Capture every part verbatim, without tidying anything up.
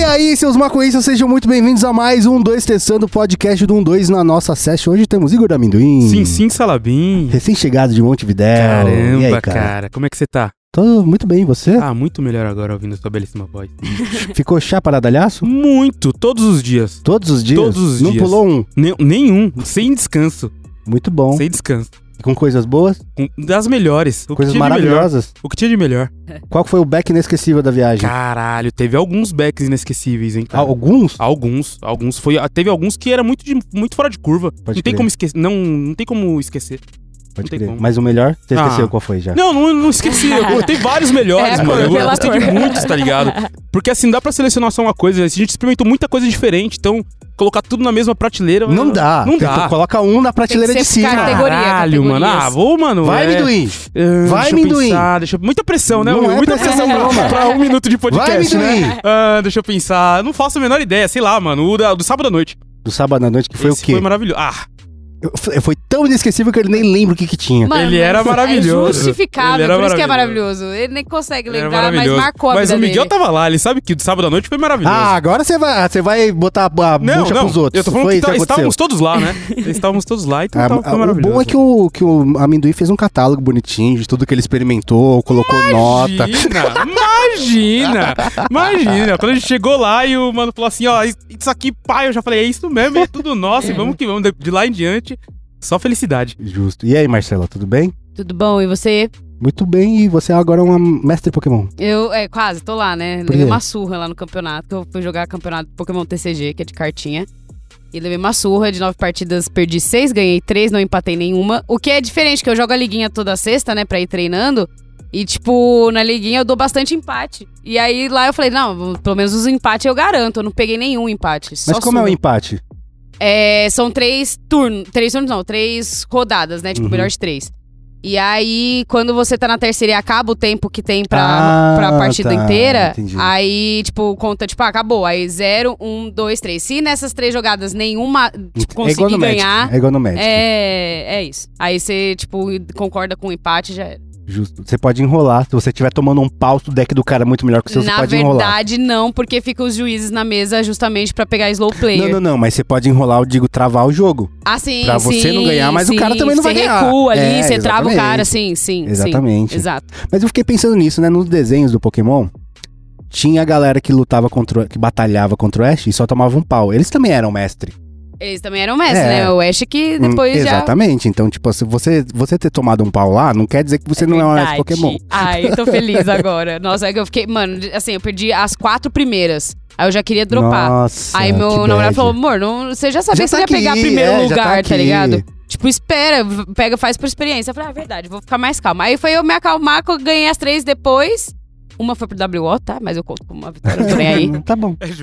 aí, seus maconhistas, sejam muito bem-vindos a mais um dois Testando, o podcast do um dois na nossa session. Hoje temos Igor Amendoim. Sim, sim, Salabim. Recém-chegado de Montevidéu. Caramba, e aí, cara? cara, como é que você tá? Tô muito bem, e você? Ah, muito melhor agora ouvindo sua belíssima voz. Ficou chaparadalhaço? Muito, todos os dias. Todos os dias? Todos os Não dias. Não pulou um? Ne- nenhum, sem descanso. Muito bom. Sem descanso. Com coisas boas? Com- das melhores. O Coisas que tinha de melhor. maravilhosas? O que tinha de melhor. Qual foi o back inesquecível da viagem? Caralho, teve alguns backs inesquecíveis, hein, cara? Alguns? Alguns, alguns. Foi, teve alguns que era muito, de- muito fora de curva. Pode não crer. tem como esquecer. Não, não tem como esquecer. Pode não tem crer. como. Mas o melhor? Você Ah. esqueceu qual foi já? Não, não, não esqueci. Eu botei vários melhores, É, mano. Eu pela gostei cor. de muitos, tá ligado? Porque assim, não dá pra selecionar só uma coisa. A gente experimentou muita coisa diferente, então colocar tudo na mesma prateleira... Não dá. Não Tem- dá. Coloca um na prateleira Tem de que ser cima. categoria, Caralho, mano. categorias. Ah, vou, mano. Vai, é... amendoim. Ah, Vai, deixa eu amendoim. pensar, deixa eu- Muita pressão, né? Não é Muita pressão, pressão não, mano. pra um minuto de Vai, podcast, amendoim. né? Ah, deixa eu pensar. Não faço a menor ideia, sei lá, mano. O da- do sábado à noite. Do sábado à noite, que foi Esse o quê? foi maravilhoso. Ah, Eu- Foi tão inesquecível que ele nem lembra o que que tinha. Mano, Ele era mas maravilhoso. É justificável, Ele era por isso que é maravilhoso. maravilhoso. Ele nem consegue era lembrar, mas maravilhoso. marcou a Mas vida o Miguel dele. tava lá, ele sabe que do sábado à noite foi maravilhoso. Ah, agora você vai, você vai botar a Não, bucha não, pros outros. eu tô falando foi que isso tá, que aconteceu. estávamos todos lá, né? Estávamos todos lá, então Ah, tava, ah, foi o maravilhoso. bom é que o, que o amendoim fez um catálogo bonitinho de tudo que ele experimentou, colocou nota. Imagina, imagina, imagina. Quando a gente chegou lá e o mano falou assim, ó, isso aqui, pai, eu já falei, é isso mesmo, é tudo nosso, e vamos que vamos, de, de lá em diante, só felicidade. Justo. E aí, Marcela, tudo bem? Tudo bom, e você? Muito bem, e você agora é uma mestre Pokémon. Eu, é, quase, tô lá, né? Por Levei quê? uma surra lá no campeonato, que eu fui jogar campeonato Pokémon T C G, que é de cartinha. E levei uma surra, de nove partidas, perdi seis, ganhei três, não empatei nenhuma. O que é diferente, que eu jogo a liguinha toda sexta, né, pra ir treinando. E, tipo, na liguinha eu dou bastante empate. E aí lá eu falei, não, pelo menos os empates eu garanto, eu não peguei nenhum empate. Mas só como é o surra. empate? É, são três turnos, três turnos não, três rodadas, né? Tipo, Uhum. melhor de três. E aí, quando você tá na terceira e acaba o tempo que tem pra, Ah, pra partida tá, inteira, entendi. aí, tipo, conta, tipo, ah, acabou. Aí zero, um, dois, três. Se nessas três jogadas nenhuma tipo, é igual conseguir no Magic. ganhar, É igual no Magic. é, é isso. Aí você, tipo, concorda com o empate, já era. Justo. Você pode enrolar. Se você estiver tomando um pau, se o deck do cara é muito melhor que o seu, você Na pode enrolar. verdade, não, porque ficam os juízes na mesa justamente pra pegar slow player. Não, não, não, mas você pode enrolar, eu digo, travar o jogo. Ah, sim, Pra você sim, não ganhar, mas o sim. cara também não vai Você ganhar. recua ali, É, você trava o exatamente. cara, sim, sim. Exatamente. Sim, exato. Mas eu fiquei pensando nisso, né? Nos desenhos do Pokémon, tinha a galera que lutava contra, o- que batalhava contra o Ash e só tomava um pau. Eles também eram mestre. Eles também eram mestres, É. né? O Ash que depois Hum, já... Exatamente. Então, tipo, se você, você ter tomado um pau lá, não quer dizer que você não é um mestre Pokémon. Ai, eu tô feliz agora. Nossa, é que eu fiquei... Mano, assim, eu perdi as quatro primeiras. Aí eu já queria dropar. Nossa, Aí meu que namorado bad. falou, amor, não, você já sabia Já que você tá ia pegar aqui, primeiro é, já tá lugar, tá, aqui. ligado? Tipo, espera, v- pega, faz por experiência. Eu falei, ah, verdade, vou ficar mais calma. Aí foi eu me acalmar, que eu ganhei as três depois. Uma foi pro W O, tá? Mas eu conto como uma vitória, não tô nem aí. Tá bom. É justo.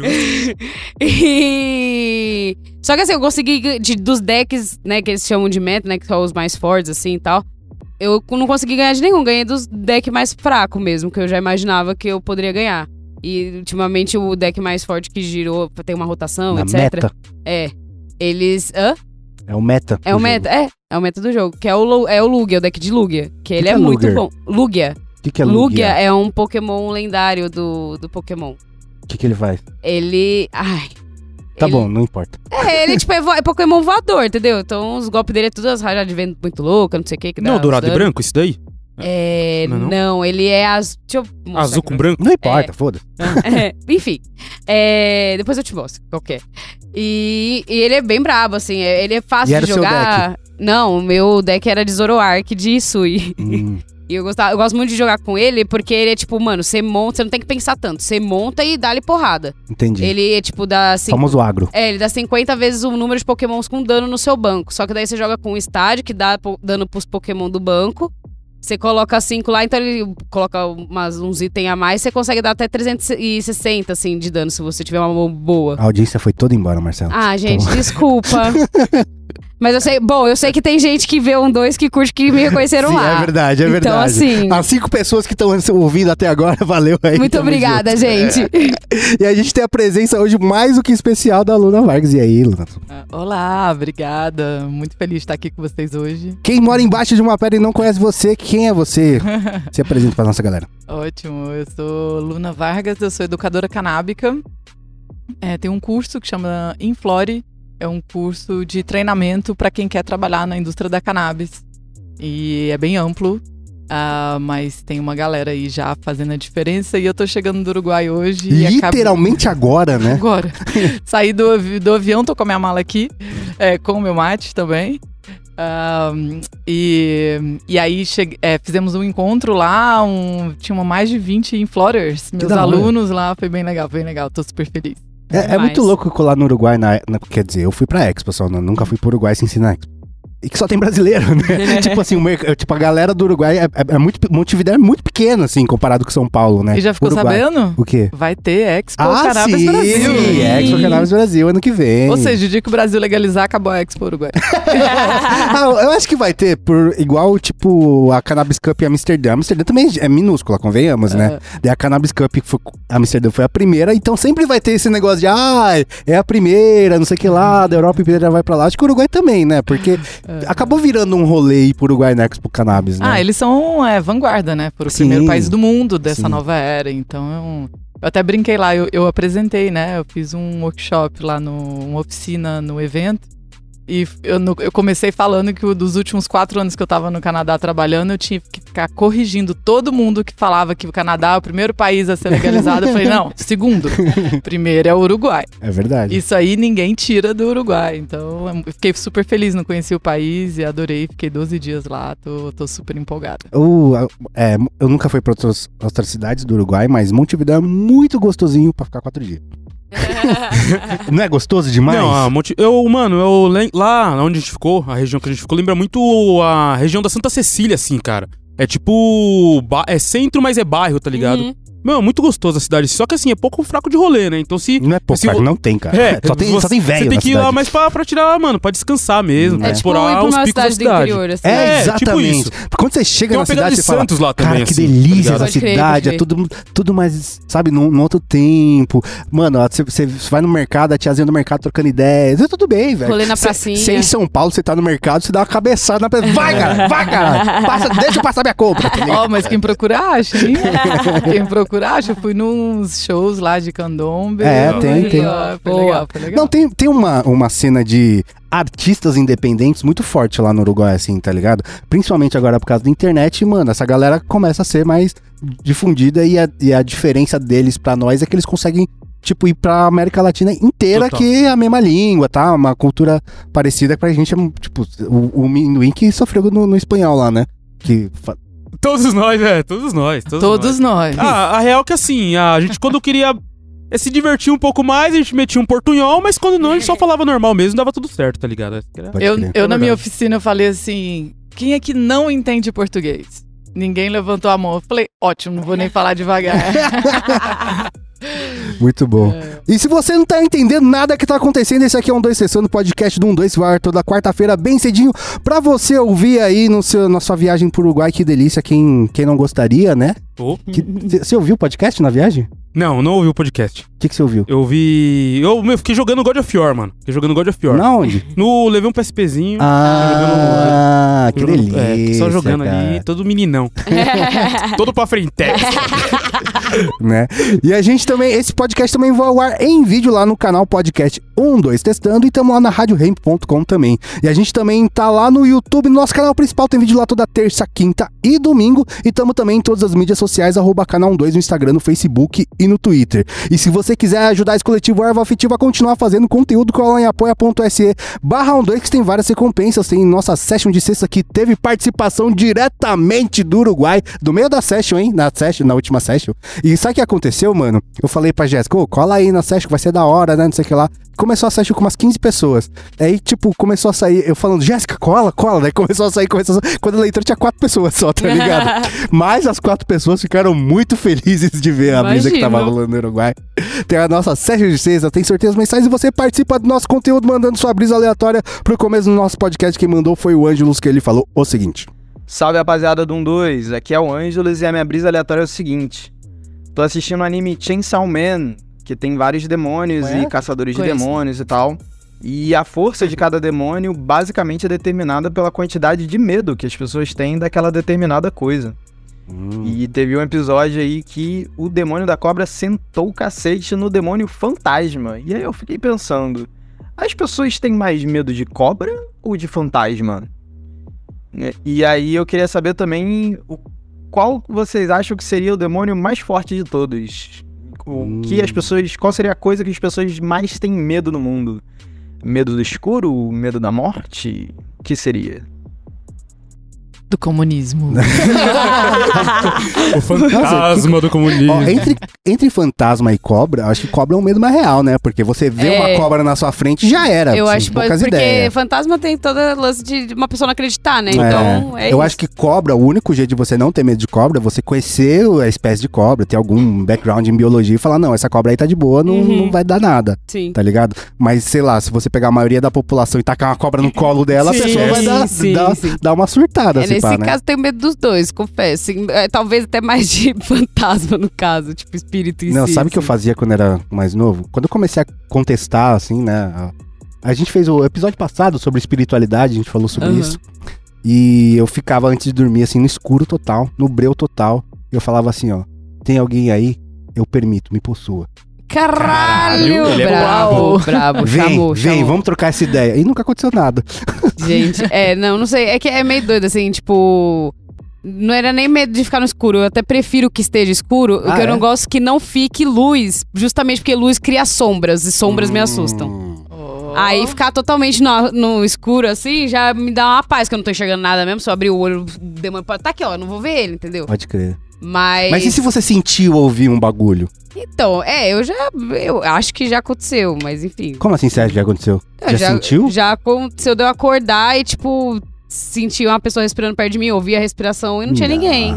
E... Só que assim, eu consegui, de, dos decks, né, que eles chamam de meta, né, que são os mais fortes, assim, e tal. Eu não consegui ganhar de nenhum, ganhei dos decks mais fracos mesmo, que eu já imaginava que eu poderia ganhar. E, ultimamente, o deck mais forte que girou, tem uma rotação, Na etcétera. meta. É. Eles... Hã? É o meta. É do o meta, é. É o meta do jogo, que é o, Lu- é o Lugia, o deck de Lugia. Que ele que é, é muito Lugia? bom. Lugia. jogo. O que, que é Lugia Lugia? é um Pokémon lendário do, do Pokémon. O que, que ele faz? Ele... Ai... Tá ele- bom, não importa. É, ele tipo, é, vo- é Pokémon voador, entendeu? Então os golpes dele é tudo as rajadas de vento muito louca, não sei o que. que Não, dá dourado uns e dano. branco, isso daí? É, Não, não, não? ele é azul. Deixa eu mostrar Azul aqui com pra branco? Não importa, foda-se. É, enfim, é, depois eu te mostro qual que é. E, e ele é bem brabo, assim, é- ele é E fácil era de o seu jogar. Não, o meu deck era de Zoroark, de Isui. Hum, E eu, gostava, eu gosto muito de jogar com ele porque ele é tipo, mano, você monta, você não tem que pensar tanto. Você monta e dá-lhe porrada. entendi. Ele é tipo, dá cinco, Famoso agro. é, ele dá cinquenta vezes o número de pokémons com dano no seu banco. Só que daí você joga com um estádio que dá po- dano pros pokémon do banco. Você coloca cinco lá, então ele coloca umas, uns itens a mais. Você consegue dar até trezentos e sessenta, assim, de dano, se você tiver uma mão boa. A audiência foi toda embora, Marcelo. Ah, gente, Tá bom. desculpa. Mas eu sei... Bom, eu sei que tem gente que vê um dois que curte que me reconheceram Sim, lá. é verdade, é Então, verdade. assim... As cinco pessoas que estão ouvindo até agora, valeu aí. Muito tamo obrigada, junto. gente. E a gente tem a presença hoje mais do que especial da Luna Vargas. E aí, Luna? Olá, obrigada. Muito feliz de estar aqui com vocês hoje. Quem mora embaixo de uma pedra e não conhece você, quem é você? Se apresenta pra nossa galera. Ótimo, eu sou Luna Vargas, eu sou educadora canábica É, tem um curso que chama Inflore, é um curso de treinamento para quem quer trabalhar na indústria da cannabis. E é bem amplo, uh, mas tem uma galera aí já fazendo a diferença. E eu tô chegando do Uruguai hoje. Literalmente e acabei... agora, né? Agora. Saí do, avi... do avião, tô com a minha mala aqui, é, com o meu mate também. Um, e, e aí chegue, é, fizemos um encontro lá, um, tinha mais de vinte Inflorers, meus alunos lá, foi bem legal, foi bem legal, tô super feliz. É, é muito louco colar no Uruguai, na, na, quer dizer, eu fui pra Expo, pessoal, nunca fui pro Uruguai sem ensinar Expo. E que só tem brasileiro, né? Tipo assim, o, tipo, a galera do Uruguai é, é, é muito... Montevidéu é muito pequeno, assim, comparado com São Paulo, né? E já ficou Uruguai. Sabendo? O quê? Vai ter Expo ah, Cannabis sim, Brasil. Sim, Expo Cannabis Brasil ano que vem. Ou seja, o dia que o Brasil legalizar, acabou a Expo Uruguai. ah, eu acho que vai ter, por igual, tipo, a Cannabis Cup em Amsterdã. Amsterdã também é minúscula, convenhamos, uh. né? Daí a Cannabis Cup, que foi, Amsterdã foi a primeira, então sempre vai ter esse negócio de, ah, é a primeira, não sei o que lá, da Europa inteira vai pra lá. Acho que o Uruguai também, né? Porque uh. acabou virando um rolê pro Uruguai na Expo Cannabis, né? Ah, eles são é, vanguarda, né? Por o sim, primeiro país do mundo dessa sim. nova era. Então, eu, eu até brinquei lá, eu, eu apresentei, né? Eu fiz um workshop lá, no, uma oficina no evento. E eu, no, eu comecei falando que o, dos últimos quatro anos que eu tava no Canadá trabalhando, eu tinha que ficar corrigindo todo mundo que falava que o Canadá é o primeiro país a ser legalizado. Eu falei, não, segundo. Primeiro é o Uruguai. É verdade. Isso aí ninguém tira do Uruguai. Então, eu fiquei super feliz, não conheci o país e adorei. Fiquei doze dias lá, tô, tô super empolgada. Uh, é, eu nunca fui pra outras, outras cidades do Uruguai, mas Montevidéu é muito gostosinho pra ficar quatro dias. Não é gostoso demais? Não, a Monte... eu, mano, eu lá onde a gente ficou, a região que a gente ficou, lembra muito a região da Santa Cecília, assim, cara. É tipo, é centro, mas é bairro, tá ligado? Uhum. Meu, muito gostoso a cidade, só que assim, é pouco fraco de rolê, né? Então se... Não é pouco se fraco, vo... não tem, cara. É, só tem, você, só tem velho Você tem na que ir cidade. lá mais pra, pra tirar, mano, pra descansar mesmo, é. pra explorar é tipo os picos cidade da cidade. Interior, assim. É, é, exatamente. Tipo isso. Quando você chega tem na cidade, você fala, Santos lá também, cara, que assim, delícia tá essa cidade, é tudo, tudo mais, sabe, num, num outro tempo. Mano, ó, você, você vai no mercado, a tiazinha do mercado trocando ideias, é tudo bem, velho. Rolê na pracinha. Você em São Paulo, você tá no mercado, você dá uma cabeçada na pessoa. Vai, cara, vai, cara. Passa, deixa eu passar minha compra. Ó, oh, mas quem procura acha, hein? Quem procura acha. Eu fui nos shows lá de candombe. É, tem, tem. Ó, foi legal, foi legal. Não, tem, tem uma, uma cena de artistas independentes muito forte lá no Uruguai, assim, tá ligado? Principalmente agora por causa da internet, mano, essa galera começa a ser mais difundida e a, e a diferença deles pra nós é que eles conseguem, tipo, ir pra América Latina inteira, Total. Que é a mesma língua, tá? Uma cultura parecida pra gente, tipo, o, o Minuim que sofreu no, no espanhol lá, né? Que... Todos nós, é, todos nós. Todos, todos nós. nós. Ah, a real é que assim, a gente quando queria é, se divertir um pouco mais, a gente metia um portunhol, mas quando não, a gente só falava normal mesmo, dava tudo certo, tá ligado? Eu, eu na minha oficina, eu falei assim, quem é que não entende português? Ninguém levantou a mão. Eu falei, ótimo, não vou nem falar devagar. Muito bom. É. E se você não tá entendendo nada que tá acontecendo, esse aqui é um dois Sessando, podcast do um dois, vai toda quarta-feira, bem cedinho, pra você ouvir aí no seu, na sua viagem pro Uruguai. Que delícia, quem, quem não gostaria, né? Oh. Você ouviu o podcast na viagem? Não, não ouvi o podcast. O que você ouviu? Eu ouvi... Eu meu, fiquei jogando God of War, mano. Fiquei jogando God of War. Na onde? No... Levei um PSPzinho. Ah, jogando, que delícia, é, só jogando cara. Ali, todo meninão. Todo pra frente. Né? E a gente também, esse podcast também vai ao ar em vídeo lá no canal Podcast um dois Testando, e tamo lá na rádio hemp ponto com também. E a gente também tá lá no YouTube, no nosso canal principal, tem vídeo lá toda terça, quinta e domingo, e tamo também em todas as mídias sociais, arroba canal um dois no Instagram, no Facebook e no Twitter. E se você quiser ajudar esse coletivo Erva Afetiva a continuar fazendo conteúdo, cola em apoia ponto se barra um dois, que tem várias recompensas. Tem nossa session de sexta que teve participação diretamente do Uruguai, do meio da session, hein? Na session, na última session. E sabe o que aconteceu, mano? Eu falei pra Jéssica, ô, cola aí na session que vai ser da hora, né? Não sei o que lá. Começou a session com umas quinze pessoas. Aí, tipo, começou a sair, eu falando, Jéssica, cola, cola. Daí começou a sair, começou a sair. Quando ela entrou, tinha quatro pessoas só, tá ligado? Mas as quatro pessoas ficaram muito felizes de ver a brisa que tava rolando no Uruguai. Tem a nossa session de sexta, tem sorteios mensais e você participa do nosso conteúdo mandando sua brisa aleatória pro começo do nosso podcast. Quem mandou foi o Ângelos, que ele falou o seguinte. Salve, rapaziada do um dois, aqui é o Ângelos e a minha brisa aleatória é o seguinte. Tô assistindo o anime Chainsaw Man, que tem vários demônios é? e caçadores Conheço. de demônios e tal. E a força de cada demônio basicamente é determinada pela quantidade de medo que as pessoas têm daquela determinada coisa. Hum. E teve um episódio aí que o demônio da cobra sentou o cacete no demônio fantasma. E aí eu fiquei pensando, as pessoas têm mais medo de cobra ou de fantasma? E aí eu queria saber também o, qual vocês acham que seria o demônio mais forte de todos? O hum. que as pessoas, qual seria a coisa que as pessoas mais têm medo no mundo? Medo do escuro? Medo da morte? O que seria? Do comunismo. O fantasma Nossa, que... do comunismo. Ó, entre, entre fantasma e cobra, acho que cobra é um medo mais real, né? Porque você vê é... uma cobra na sua frente já era. Eu assim, acho poucas porque ideias. fantasma tem toda lance de uma pessoa não acreditar, né? É. Então é Eu isso. acho que cobra, o único jeito de você não ter medo de cobra é você conhecer a espécie de cobra, ter algum background em biologia e falar, não, essa cobra aí tá de boa, não, uhum. não vai dar nada. Sim. Tá ligado? Mas, sei lá, se você pegar a maioria da população e tacar uma cobra no colo dela, sim, a pessoa vai sim, dar, sim, dar, sim. dar uma surtada. É, nesse pá, caso, né? tenho medo dos dois, confesso. É, talvez até mais de fantasma, no caso, tipo espírito em Não, si. sabe o que eu fazia quando era mais novo? Quando eu comecei a contestar, assim, né? A, a gente fez o episódio passado sobre espiritualidade, a gente falou sobre Uhum. isso. E eu ficava antes de dormir, assim, no escuro total, no breu total. E eu falava assim, ó, tem alguém aí? Eu permito, me possua. Caralho! Ele é bravo, bravo, Vem, chamou, vem, chamou. vamos trocar essa ideia. E nunca aconteceu nada. Gente, é, não, não sei, é que é meio doido, assim, tipo... Não era nem medo de ficar no escuro, eu até prefiro que esteja escuro, Ah, o que eu é? não gosto é que não fique luz, justamente porque luz cria sombras, e sombras me assustam. Hum. Oh. Aí ficar totalmente no, no escuro, assim, já me dá uma paz, que eu não tô enxergando nada mesmo, se eu abrir o olho, o demônio pode tá aqui, ó, eu não vou ver ele, entendeu? Pode crer. Mas... Mas e se você sentiu ou ouviu um bagulho? Então, é, eu já, eu acho que já aconteceu, mas enfim. Como assim, Sérgio, já aconteceu? Eu Já, sentiu? Já aconteceu de eu acordar e, tipo, sentir uma pessoa respirando perto de mim, ouvir a respiração e não tinha ninguém.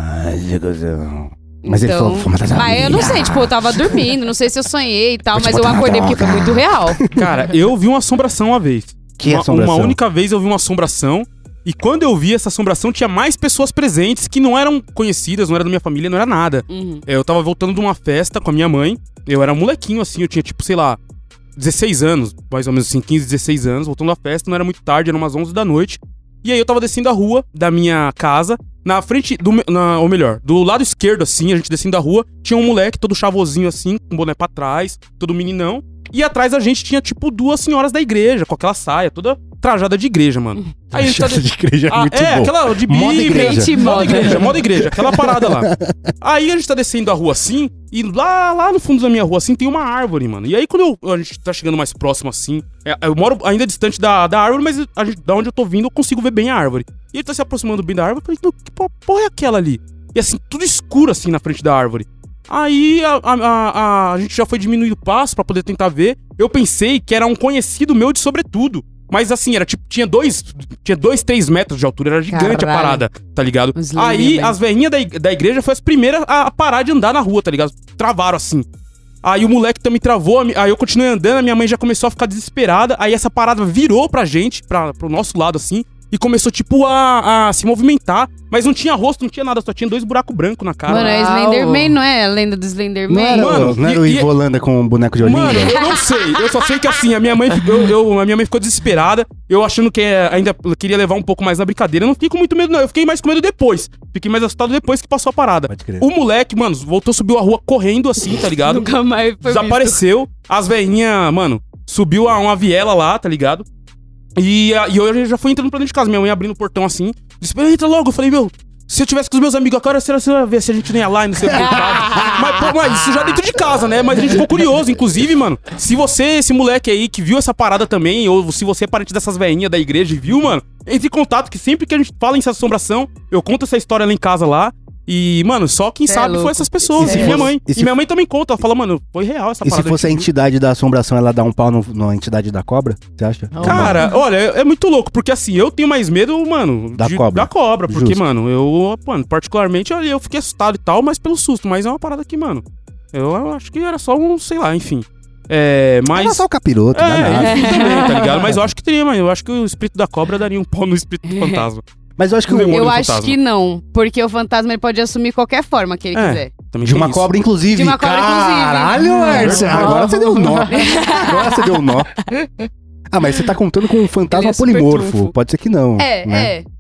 Mas ele Então, falou, foi uma das mas eu não sei, tipo, eu tava dormindo, não sei se eu sonhei e tal, mas eu acordei porque foi muito real. Cara, eu vi uma assombração uma vez. Que uma, assombração? Uma única vez eu vi uma assombração. E quando eu vi essa assombração, tinha mais pessoas presentes que não eram conhecidas, não era da minha família, não era nada. Uhum. Eu tava voltando de uma festa com a minha mãe. Eu era molequinho, assim, eu tinha, tipo, sei lá, dezesseis anos, mais ou menos assim, quinze, dezesseis anos, voltando da festa, não era muito tarde, era umas onze da noite. E aí eu tava descendo a rua da minha casa, na frente, do, na, ou melhor, do lado esquerdo, assim, a gente descendo a rua, tinha um moleque todo chavosinho, assim, com o boné pra trás, todo meninão. E atrás a gente tinha, tipo, duas senhoras da igreja, com aquela saia, toda trajada de igreja, mano. Aí a gente tá Trajada de igreja é ah, muito é, bom. aquela de Moda Bíblia. igreja. Gente, Moda moda. igreja, moda igreja, aquela parada lá. Aí a gente tá descendo a rua assim, e lá, lá no fundo da minha rua, assim, tem uma árvore, mano. E aí quando eu, a gente tá chegando mais próximo, assim, é, eu moro ainda distante da, da árvore, mas a gente, da onde eu tô vindo eu consigo ver bem a árvore. E ele tá se aproximando bem da árvore, eu falei, que porra é aquela ali? E assim, tudo escuro, assim, na frente da árvore. Aí a, a, a, a gente já foi diminuindo o passo pra poder tentar ver. Eu pensei que era um conhecido meu de sobretudo. Mas assim, era tipo, tinha dois, tinha dois, três metros de altura, era gigante Caralho. a parada, tá ligado? Os Aí lembra, as velhinhas da, ig- da igreja foi as primeiras a, a parar de andar na rua, tá ligado? Travaram assim. Aí o moleque também travou, a mi- aí eu continuei andando, a minha mãe já começou a ficar desesperada. Aí essa parada virou pra gente, pra, pro nosso lado assim. E começou, tipo, a, a se movimentar. Mas não tinha rosto, não tinha nada, só tinha dois buracos brancos na cara. Mano, é Uau. Slenderman, não é? A lenda do Slenderman? Não era, Mano, o- não era e- o e- Ivo Holanda com um boneco de olhinho? Mano, eu não sei. Eu só sei que assim, a minha mãe, eu, eu- a minha mãe ficou desesperada. Eu achando que eh, ainda queria levar um pouco mais na brincadeira. Eu não fiquei com muito medo, não. Eu fiquei mais com medo depois. Fiquei mais assustado depois que passou a parada. Pode crer. O moleque, mano, voltou, subiu a rua correndo assim, tá ligado? Nunca mais foi Desapareceu. As velhinhas, mano, subiu a, uma viela lá, tá ligado? E, a- e eu já fui entrando pra dentro de casa. Minha mãe abrindo o portão assim. Disse, entra logo. Eu falei, meu, se eu tivesse com os meus amigos agora, será que você vai ver se a gente nem ia lá e não sei o que. mas, pô, mas isso já dentro de casa, né? Mas a gente ficou curioso. Inclusive, mano, se você, esse moleque aí que viu essa parada também, ou se você é parente dessas velhinhas da igreja e viu, mano, entre em contato, que sempre que a gente fala em assombração, eu conto essa história lá em casa lá. E, mano, só quem Cê é sabe louco. foi essas pessoas. E se E, minha fosse- mãe. e E, se- minha mãe também conta. Ela fala, mano, foi real essa E se parada. fosse a gente viu. entidade da assombração, ela dá um pau no- na entidade da cobra? Você acha? Não. Cara, olha, é é muito louco, porque assim, eu tenho mais medo, mano, Da de- cobra. Da cobra, porque, Justo. mano, eu, mano, particularmente, eu, eu fiquei assustado e tal, mas pelo susto, mas é uma parada que, mano, eu, eu acho que era só um, sei lá, enfim. É, mas... Era só o capiroto, não é nada. É, enfim, também, tá ligado? Mas eu acho que teria, mano, eu acho que o espírito da cobra daria um pau no espírito do fantasma. Mas eu acho que o- Demônio Eu do acho fantasma. que não, porque o fantasma ele pode assumir qualquer forma que ele É. quiser. Também de tem uma isso. cobra, inclusive. De uma cobra, inclusive. Caralho, Hum, Ercia, verdade. agora você deu um nó. Agora você deu um nó. Ah, mas você tá contando com um fantasma Ele é super polimorfo. trunfo. Pode ser que não. É, né? é, é.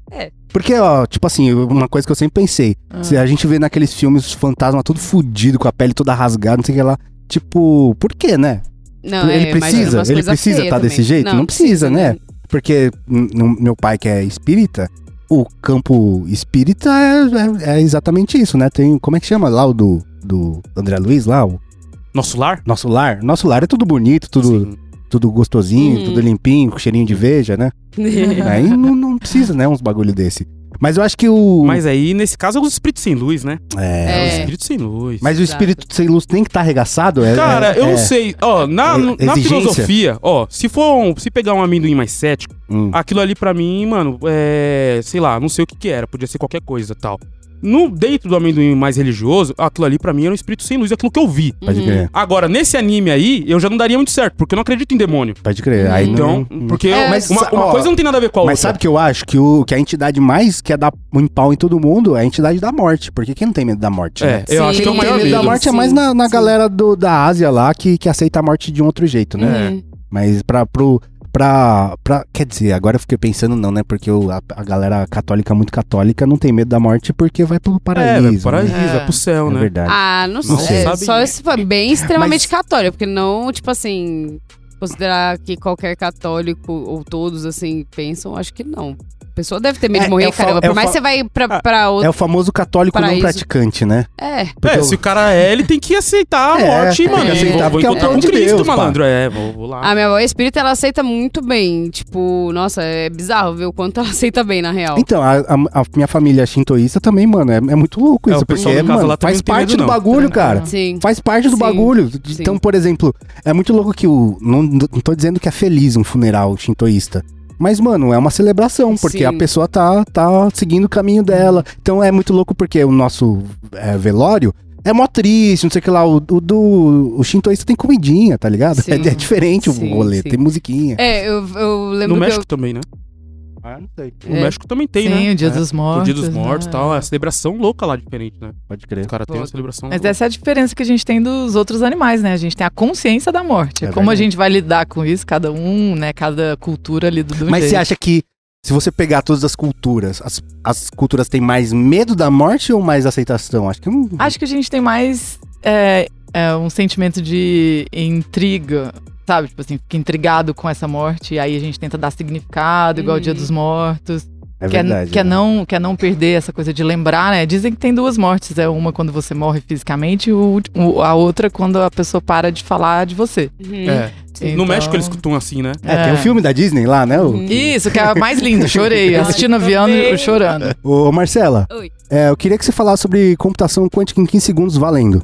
Porque, ó, tipo assim, uma coisa que eu sempre pensei. Ah. Se a gente vê naqueles filmes fantasma todo fudido, com a pele toda rasgada, não sei o que lá. Tipo, por quê, né? Não, ele é, precisa, ele precisa estar tá desse jeito? Não, não precisa, precisa, né? Porque n- meu pai, que é espírita, o campo espírita é, é, é exatamente isso, né? Tem, como é que chama lá o do, do André Luiz lá? O Nosso lar? Nosso lar. Nosso lar é tudo bonito, tudo, tudo gostosinho, Uhum. tudo limpinho, com cheirinho de veja, né? Aí não, não precisa, né? Uns bagulho desse. Mas eu acho que o... Mas aí, nesse caso, é os espíritos sem luz, né? É... É os É. espíritos sem luz. Mas o Exato. espírito sem luz tem que estar arregaçado? É, Cara, é, eu é... não sei. Ó, na, É na exigência? filosofia, ó, se for um- se pegar um amendoim mais cético, Hum. aquilo ali pra mim, mano, é, sei lá, não sei o que que era, podia ser qualquer coisa, tal. No dentro do amendoim mais religioso, aquilo ali pra mim era um espírito sem luz, aquilo que eu vi. Pode crer, Agora, nesse anime aí, eu já não daria muito certo, porque eu não acredito em demônio. pode crer. Aí Então, não... porque É, mas mas, uma, uma ó, coisa não tem nada a ver com a Mas outra. sabe o que eu acho? Que, o, que a entidade mais quer dar um pau em todo mundo é a entidade da morte. Porque quem não tem medo da morte, É, né? eu Sim. acho que é Quem o não tem maior medo da medo. morte é Sim, mais na, na sim. galera do, da Ásia lá que, que aceita a morte de um outro jeito, né? Uhum. Mas pra, pro, pra, pra... Quer dizer, agora eu fiquei pensando não, né? Porque o, a, a galera católica, muito católica, não tem medo da morte porque vai pro paraíso. É, vai pro paraíso, né? né? vai pro céu, É né? verdade. Ah, não, Não sei. sei. Sabe? Só se for bem extremamente Mas- católico, porque não, tipo assim, considerar que qualquer católico ou todos, assim, pensam, acho que não. A pessoa deve ter medo É, de morrer, é o fa- caramba. é Por o mais fa- que você vai pra, Ah, pra outro... É o famoso católico não Paraíso. praticante, né? É. Porque É, eu- se o cara é, ele tem que aceitar a É, morte, tem que mano. aceitar, vou, vou porque é o encontrar plano com de Cristo, Deus, pá. malandro. É, vou, vou lá. A minha avó espírita, ela aceita muito bem. Tipo, nossa, é bizarro ver o quanto ela aceita bem, na real. Então, a, a- a minha família shintoísta também, mano, é, é muito louco É, isso. o pessoal Porque, da casa mano, lá também faz não tem parte medo, do não. bagulho, cara. Sim. Faz parte do Sim, bagulho. sim. Então, por exemplo, é muito louco que o. Não, não tô dizendo que é feliz um funeral shintoísta. Mas, mano, é uma celebração, porque Sim. a pessoa tá, tá seguindo o caminho dela. Então é muito louco porque o nosso é, velório é mó triste, não sei o que lá. O, o do. O shintoísta tem comidinha, tá ligado? Sim. É, é diferente Sim, o rolê, sim. tem musiquinha. É, eu, eu lembro No que México eu... também, né? Ah, não sei. No É. México também tem, Sim, né? o Dia É. dos O Mortos. Dia dos Mortos e né? tal. É a celebração louca lá diferente, né? Pode crer. Os caras têm uma celebração Mas louca. essa é a diferença que a gente tem dos outros animais, né? A gente tem a consciência da morte. É Como verdade. a gente vai lidar com isso, cada um, né? Cada cultura lida do Mas jeito. você acha que se você pegar todas as culturas, as, as culturas têm mais medo da morte ou mais aceitação? Acho que não. Acho que a gente tem mais é, é, um sentimento de intriga, sabe? Tipo assim, fica intrigado com essa morte, e aí a gente tenta dar significado, igual o Dia Uhum. dos Mortos. é quer, verdade. quer, né? não, quer não perder essa coisa de lembrar, né? Dizem que tem duas mortes. É uma quando você morre fisicamente e o, o- a outra quando a pessoa para de falar de você. Uhum. É. Então- No México eles escutam assim, né? É, tem o filme da Disney lá, né? O, Uhum. Isso, que é mais lindo. Chorei. Assistindo avião e chorando. Ô, Marcela, Oi. é, eu queria que você falasse sobre computação quântica em quinze segundos valendo.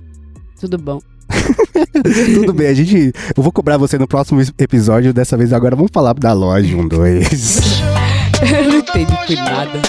Tudo bom. Tudo bem, a gente. Eu vou cobrar você no próximo episódio. Dessa vez agora vamos falar da loja um, dois. Eu não entendi por nada.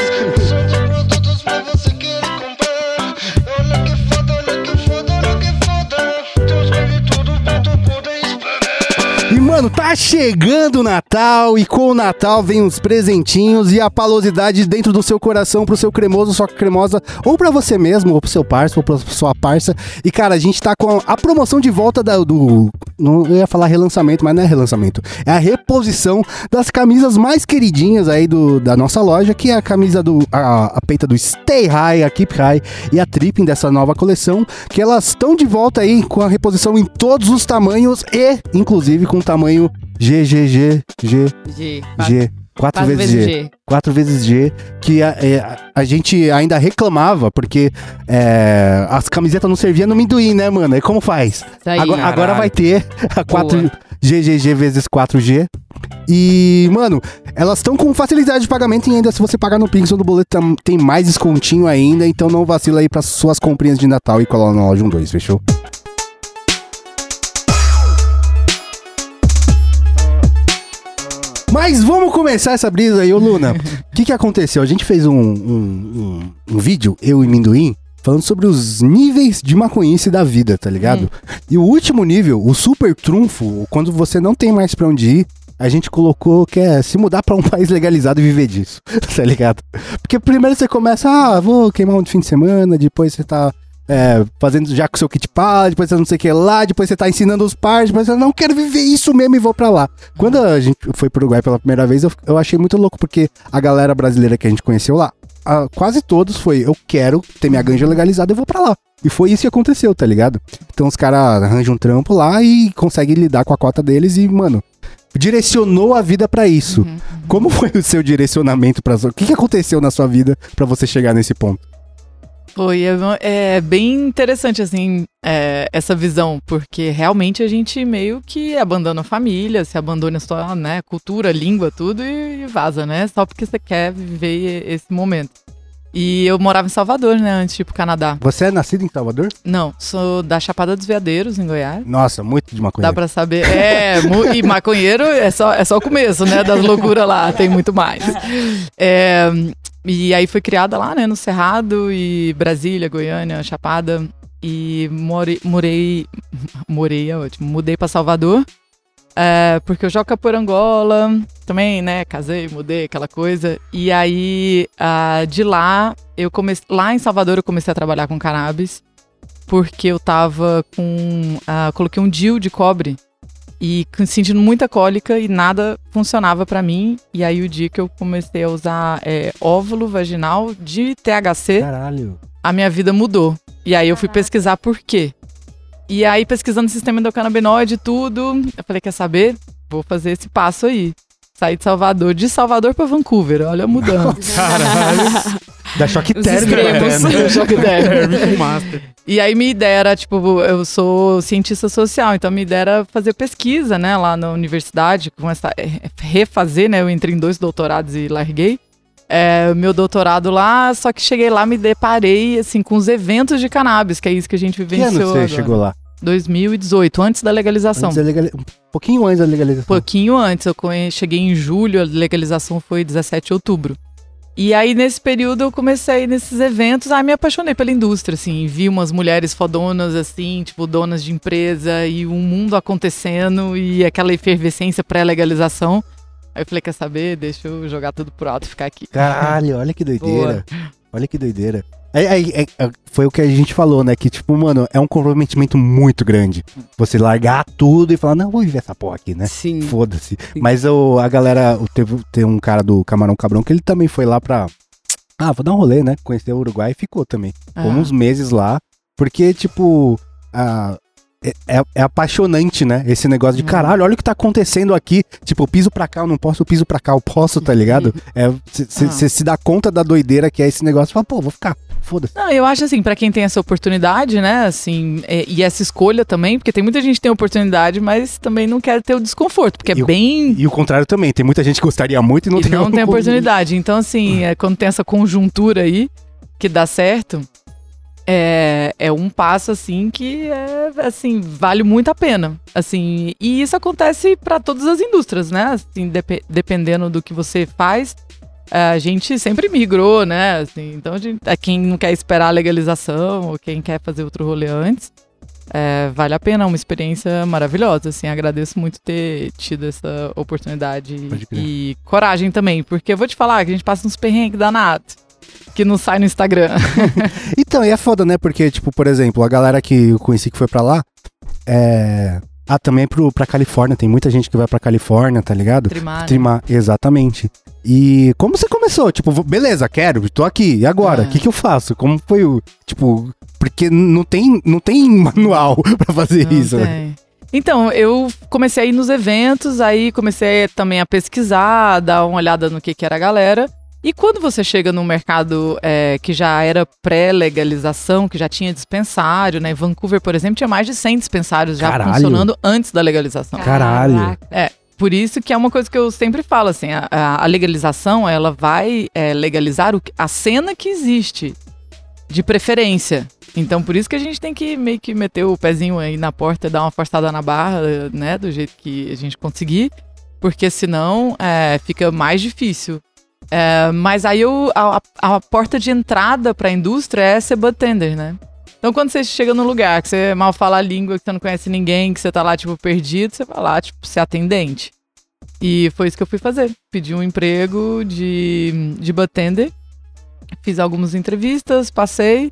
E, mano, tá chegando o Natal e com o Natal vem os presentinhos e a palosidade dentro do seu coração pro seu cremoso, sua cremosa, ou pra você mesmo, ou pro seu parça, ou pra sua parça. E, cara, a gente tá com a promoção de volta da, do... Não eu ia falar relançamento, mas não é relançamento. É a reposição das camisas mais queridinhas aí do, da nossa loja, que é a camisa do... A, a peita do Stay High, a Keep High e a Tripping dessa nova coleção, que elas estão de volta aí com a reposição em todos os tamanhos e, inclusive, com o tamanho G, G, G, G, G. G. Quatro, Quatro vezes, vezes G. G. Quatro vezes G. Que a, é, a- a gente ainda reclamava, porque é, as camisetas não serviam no amendoim, né, mano? E como faz? Isso aí. Agora, Caralho. agora vai ter a quatro Boa. G G G vezes quatro G. E, mano, elas estão com facilidade de pagamento e ainda se você pagar no Pix ou no boleto tam- tem mais descontinho ainda. Então não vacila aí pras suas comprinhas de Natal e cola na loja um dois, fechou? Mas vamos começar essa brisa aí, ô Luna. O que que aconteceu? A gente fez um, um, um, um vídeo, eu e Minduim, falando sobre os níveis de maconhice da vida, tá ligado? E o último nível, o super trunfo, quando você não tem mais pra onde ir, a gente colocou que é se mudar pra um país legalizado e viver disso, tá ligado? Porque primeiro você começa, ah, vou queimar um fim de semana, depois você tá é, fazendo já com o seu kit pala, depois você não sei o que lá, depois você tá ensinando os pais, depois você não quero viver isso mesmo e vou pra lá. Quando a gente foi pro Uruguai pela primeira vez, eu, eu achei muito louco, porque a galera brasileira que a gente conheceu lá, a, quase todos foi, eu quero ter minha ganja legalizada, eu vou pra lá. E foi isso que aconteceu, tá ligado? Então os caras arranjam um trampo lá e conseguem lidar com a cota deles e, mano, direcionou a vida pra isso. Uhum. Como foi o seu direcionamento pra... O que, que aconteceu na sua vida pra você chegar nesse ponto? Foi, é, é bem interessante, assim, é, essa visão, porque realmente a gente meio que abandona a família, se abandona a sua, né, cultura, língua, tudo e vaza, né? Só porque você quer viver esse momento. E eu morava em Salvador, né, antes de ir pro Canadá. Você é nascido em Salvador? Não, sou da Chapada dos Veadeiros, em Goiás. Nossa, muito de maconheiro. Dá pra saber. É, e maconheiro é só, é só o começo, né, das loucuras lá, tem muito mais. É... E aí fui criada lá, né, no Cerrado e Brasília, Goiânia, Chapada. E morei, morei, morei é ótimo, mudei pra Salvador, é, porque eu jogo capoeira Angola, também, né, casei, mudei, aquela coisa. E aí, uh, de lá, eu comecei, lá em Salvador eu comecei a trabalhar com cannabis, porque eu tava com, uh, coloquei um D I U de cobre. E sentindo muita cólica e nada funcionava pra mim. E aí o dia que eu comecei a usar é, óvulo vaginal de T H C, caralho, a minha vida mudou. E aí eu fui pesquisar por quê. E aí pesquisando o sistema endocannabinoide e tudo, eu falei, quer saber? Vou fazer esse passo aí. Saí de Salvador, de Salvador pra Vancouver, olha a mudança. Caralho. Dá choque térmico, né? Choque térmico. Master. E aí minha ideia era, tipo, eu sou cientista social, então minha ideia era fazer pesquisa, né, lá na universidade, começar a refazer, né, eu entrei em dois doutorados e larguei. É, meu doutorado lá, só que cheguei lá, me deparei, assim, com os eventos de cannabis, que é isso que a gente vivenciou. Que ano você agora. chegou lá? dois mil e dezoito, antes da legalização. Antes da legali... Um pouquinho antes da legalização. Pouquinho antes, eu cheguei em julho, a legalização foi dezessete de outubro. E aí, nesse período, eu comecei nesses eventos, aí me apaixonei pela indústria, assim, vi umas mulheres fodonas, assim, tipo, donas de empresa, e um mundo acontecendo, e aquela efervescência pré-legalização. Aí eu falei, quer saber? Deixa eu jogar tudo pro alto e ficar aqui. Caralho, olha que doideira. Boa. Olha que doideira. É, é, é, foi o que a gente falou, né? Que, tipo, mano, é um comprometimento muito grande. Você largar tudo e falar, não, vou viver essa porra aqui, né? Sim. Foda-se. Mas o, a galera, teve, teve um cara do Camarão Cabrão que ele também foi lá pra... Ah, vou dar um rolê, né? Conhecer o Uruguai e ficou também. Ficou ah. uns meses lá. Porque, tipo... Ah, É, é, é apaixonante, né? Esse negócio de caralho, olha o que tá acontecendo aqui. Tipo, eu piso pra cá, eu não posso, eu piso pra cá, eu posso, tá ligado? Você ah. se dá conta da doideira que é esse negócio e fala, pô, vou ficar, foda-se. Não, eu acho assim, pra quem tem essa oportunidade, né, assim, é, e essa escolha também, porque tem muita gente que tem oportunidade, mas também não quer ter o desconforto, porque é e bem... O, e o contrário também, tem muita gente que gostaria muito e não e tem... não tem oportunidade. Então, assim, é, quando tem essa conjuntura aí, que dá certo... É, é um passo, assim, que é, assim, vale muito a pena, assim, e isso acontece para todas as indústrias, né, assim, dep- dependendo do que você faz, a gente sempre migrou, né, assim, então a gente, a quem não quer esperar a legalização, ou quem quer fazer outro rolê antes, é, vale a pena, é uma experiência maravilhosa, assim, agradeço muito ter tido essa oportunidade e coragem também, porque eu vou te falar que a gente passa uns perrengues danados, que não sai no Instagram. Então, e é foda, né? Porque, tipo, por exemplo, a galera que eu conheci que foi pra lá, é... Ah, também pro, pra Califórnia, tem muita gente que vai pra Califórnia, tá ligado? Trimar. Trimar, exatamente. E como você começou? Tipo, beleza, quero, tô aqui, e agora? O é. que que eu faço? Como foi o... Tipo, porque não tem, não tem manual pra fazer não isso, tem. né? Então, eu comecei a ir nos eventos, aí comecei também a pesquisar, dar uma olhada no que que era a galera. E quando você chega num mercado é, que já era pré-legalização, que já tinha dispensário, né? Em Vancouver, por exemplo, tinha mais de cem dispensários já Caralho. funcionando antes da legalização. Caralho! É, por isso que é uma coisa que eu sempre falo, assim, a, a legalização, ela vai é, legalizar o, a cena que existe, de preferência. Então, por isso que a gente tem que meio que meter o pezinho aí na porta, dar uma forçada na barra, né? Do jeito que a gente conseguir, porque senão é, fica mais difícil. É, mas aí eu, a, a porta de entrada para a indústria é ser bartender, né? Então quando você chega num lugar que você mal fala a língua, que você não conhece ninguém, que você tá lá tipo perdido, você vai lá tipo ser atendente. E foi isso que eu fui fazer. Pedi um emprego de, de bartender, fiz algumas entrevistas, passei.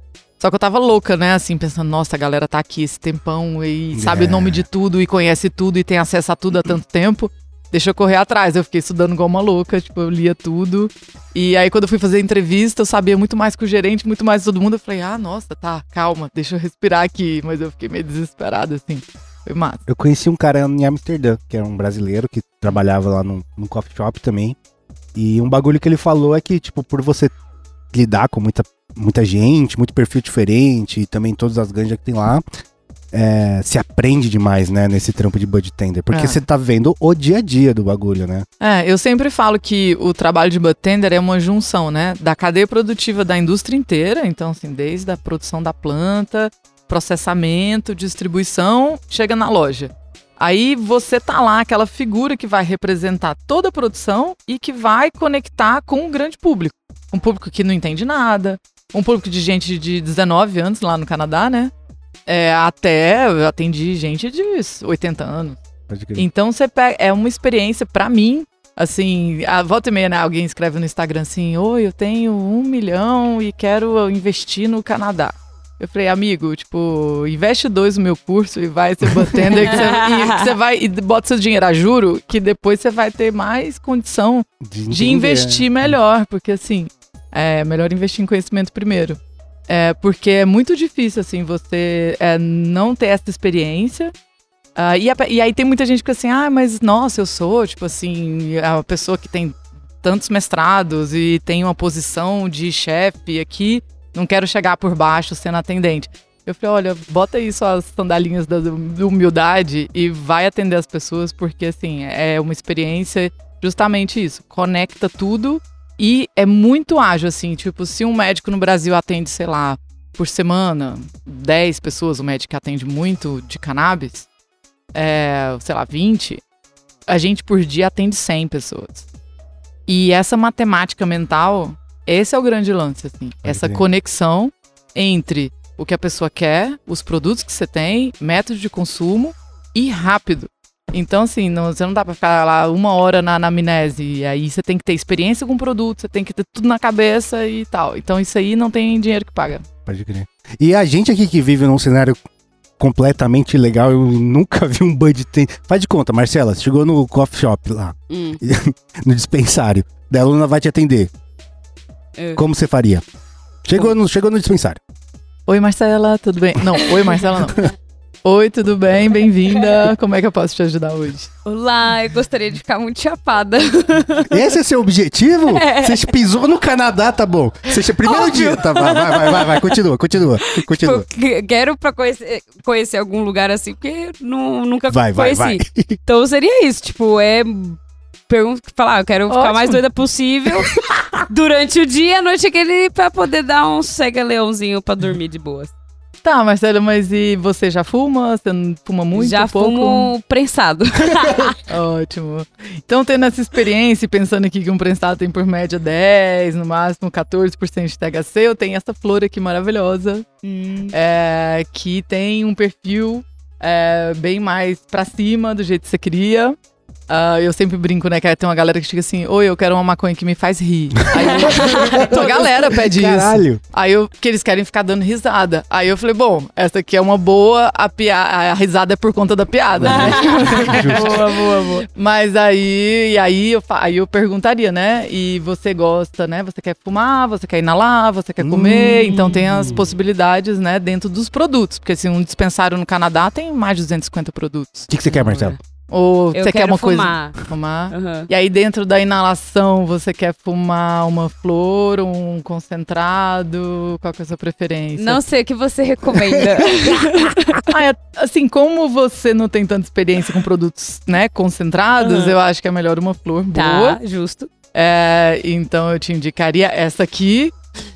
Só que eu tava louca, né, assim, pensando, nossa, a galera tá aqui esse tempão e sabe É. o nome de tudo e conhece tudo e tem acesso a tudo há tanto tempo. Deixa eu correr atrás. Eu fiquei estudando igual uma louca, tipo, eu lia tudo. E aí, quando eu fui fazer entrevista, eu sabia muito mais que o gerente, muito mais que todo mundo. Eu falei, ah, nossa, tá, calma, deixa eu respirar aqui. Mas eu fiquei meio desesperada, assim. Foi massa. Eu conheci um cara em Amsterdã, que era um brasileiro que trabalhava lá num, num coffee shop também. E um bagulho que ele falou é que, tipo, por você lidar com muita, muita gente, muito perfil diferente, e também todas as ganjas que tem lá, é, se aprende demais, né, nesse trampo de budtender. Porque É. você tá vendo o dia a dia do bagulho, né? É, eu sempre falo que o trabalho de budtender é uma junção, né, da cadeia produtiva da indústria inteira. Então, assim, desde a produção da planta, processamento, distribuição, chega na loja. Aí você tá lá, aquela figura que vai representar toda a produção e que vai conectar com um grande público. Um público que não entende nada, um público de gente de dezenove anos lá no Canadá, né? É, até eu atendi gente de oitenta anos. Pode crer. Então você pega, é uma experiência pra mim, assim, a volta e meia, né, alguém escreve no Instagram assim, oi, eu tenho um milhão e quero investir no Canadá. Eu falei, amigo, tipo, investe dois no meu curso e vai ser budtender, que você, e que você vai, e bota seu dinheiro a juro, que depois você vai ter mais condição De, de entender. investir melhor, porque assim, é melhor investir em conhecimento primeiro. É, porque é muito difícil, assim, você é, não ter essa experiência. Uh, e, a, e aí tem muita gente que fica assim, ah, mas nossa, eu sou, tipo assim, a pessoa que tem tantos mestrados e tem uma posição de chefe aqui, não quero chegar por baixo sendo atendente. Eu falei, olha, bota aí suas sandalinhas da da humildade e vai atender as pessoas, porque assim, é uma experiência justamente isso, conecta tudo e é muito ágil, assim, tipo, se um médico no Brasil atende, sei lá, por semana, dez pessoas, o médico que atende muito de cannabis, é, sei lá, vinte, a gente por dia atende cem pessoas. E essa matemática mental, esse é o grande lance, assim, essa crer. conexão entre o que a pessoa quer, os produtos que você tem, método de consumo e rápido. Então, assim, não, você não dá pra ficar lá uma hora na anamnese, e aí você tem que ter experiência com o produto, você tem que ter tudo na cabeça e tal. Então, isso aí não tem dinheiro que paga. Pode crer. E a gente aqui que vive num cenário completamente ilegal, eu nunca vi um budtender. Faz de conta, Marcela, você chegou no coffee shop lá, Hum. no dispensário, daí a Luna vai te atender. É. Como você faria? Chegou no, chegou no dispensário. Oi, Marcela, tudo bem? Não, oi, Marcela, não. Oi, tudo bem? Bem-vinda. Como é que eu posso te ajudar hoje? Olá, eu gostaria de ficar muito chapada. Esse é seu objetivo? Você pisou no Canadá, tá bom. Você primeiro Óbvio. dia, tá, vai, vai, vai, vai, vai, continua, continua, continua. Tipo, que- quero pra conhecer, conhecer algum lugar assim, porque nu- nunca Vai, vai, conheci. vai. Então seria isso, tipo, é pergunta, falar, eu quero ficar Ótimo. mais doida possível durante o dia, à noite aquele pra poder dar um cega-leãozinho pra dormir de boas. Tá, Marcela, mas e você já fuma? Você não fuma muito? Já pouco? fumo prensado. Ótimo. Então, tendo essa experiência e pensando aqui que um prensado tem por média dez, no máximo quatorze por cento de T H C, eu tenho essa flor aqui maravilhosa, Hum. é, que tem um perfil é, bem mais pra cima do jeito que você queria. Ah, eu sempre brinco, né, que tem uma galera que chega assim, oi, eu quero uma maconha que me faz rir. Aí eu, então a galera pede isso. Caralho. Aí eu, que eles querem ficar dando risada. Aí eu falei, bom, essa aqui é uma boa, a, pia a risada é por conta da piada, né? Boa, boa, boa. Mas aí, e aí eu, fa- aí eu perguntaria, né? E você gosta, né? Você quer fumar, você quer inalar, você quer comer. Hum. Então tem as possibilidades, né, dentro dos produtos. Porque assim, um dispensário no Canadá tem mais de duzentos e cinquenta produtos. O que, que você quer, Marcelo? Ou Eu você quer quero uma fumar. coisa... Fumar. Aham. E aí dentro da inalação, você quer fumar uma flor, um concentrado? Qual que é a sua preferência? Não sei o que você recomenda. Ah, é, assim, como você não tem tanta experiência com produtos, né, concentrados, Aham. eu acho que é melhor uma flor boa. Tá, justo. É, então eu te indicaria essa aqui.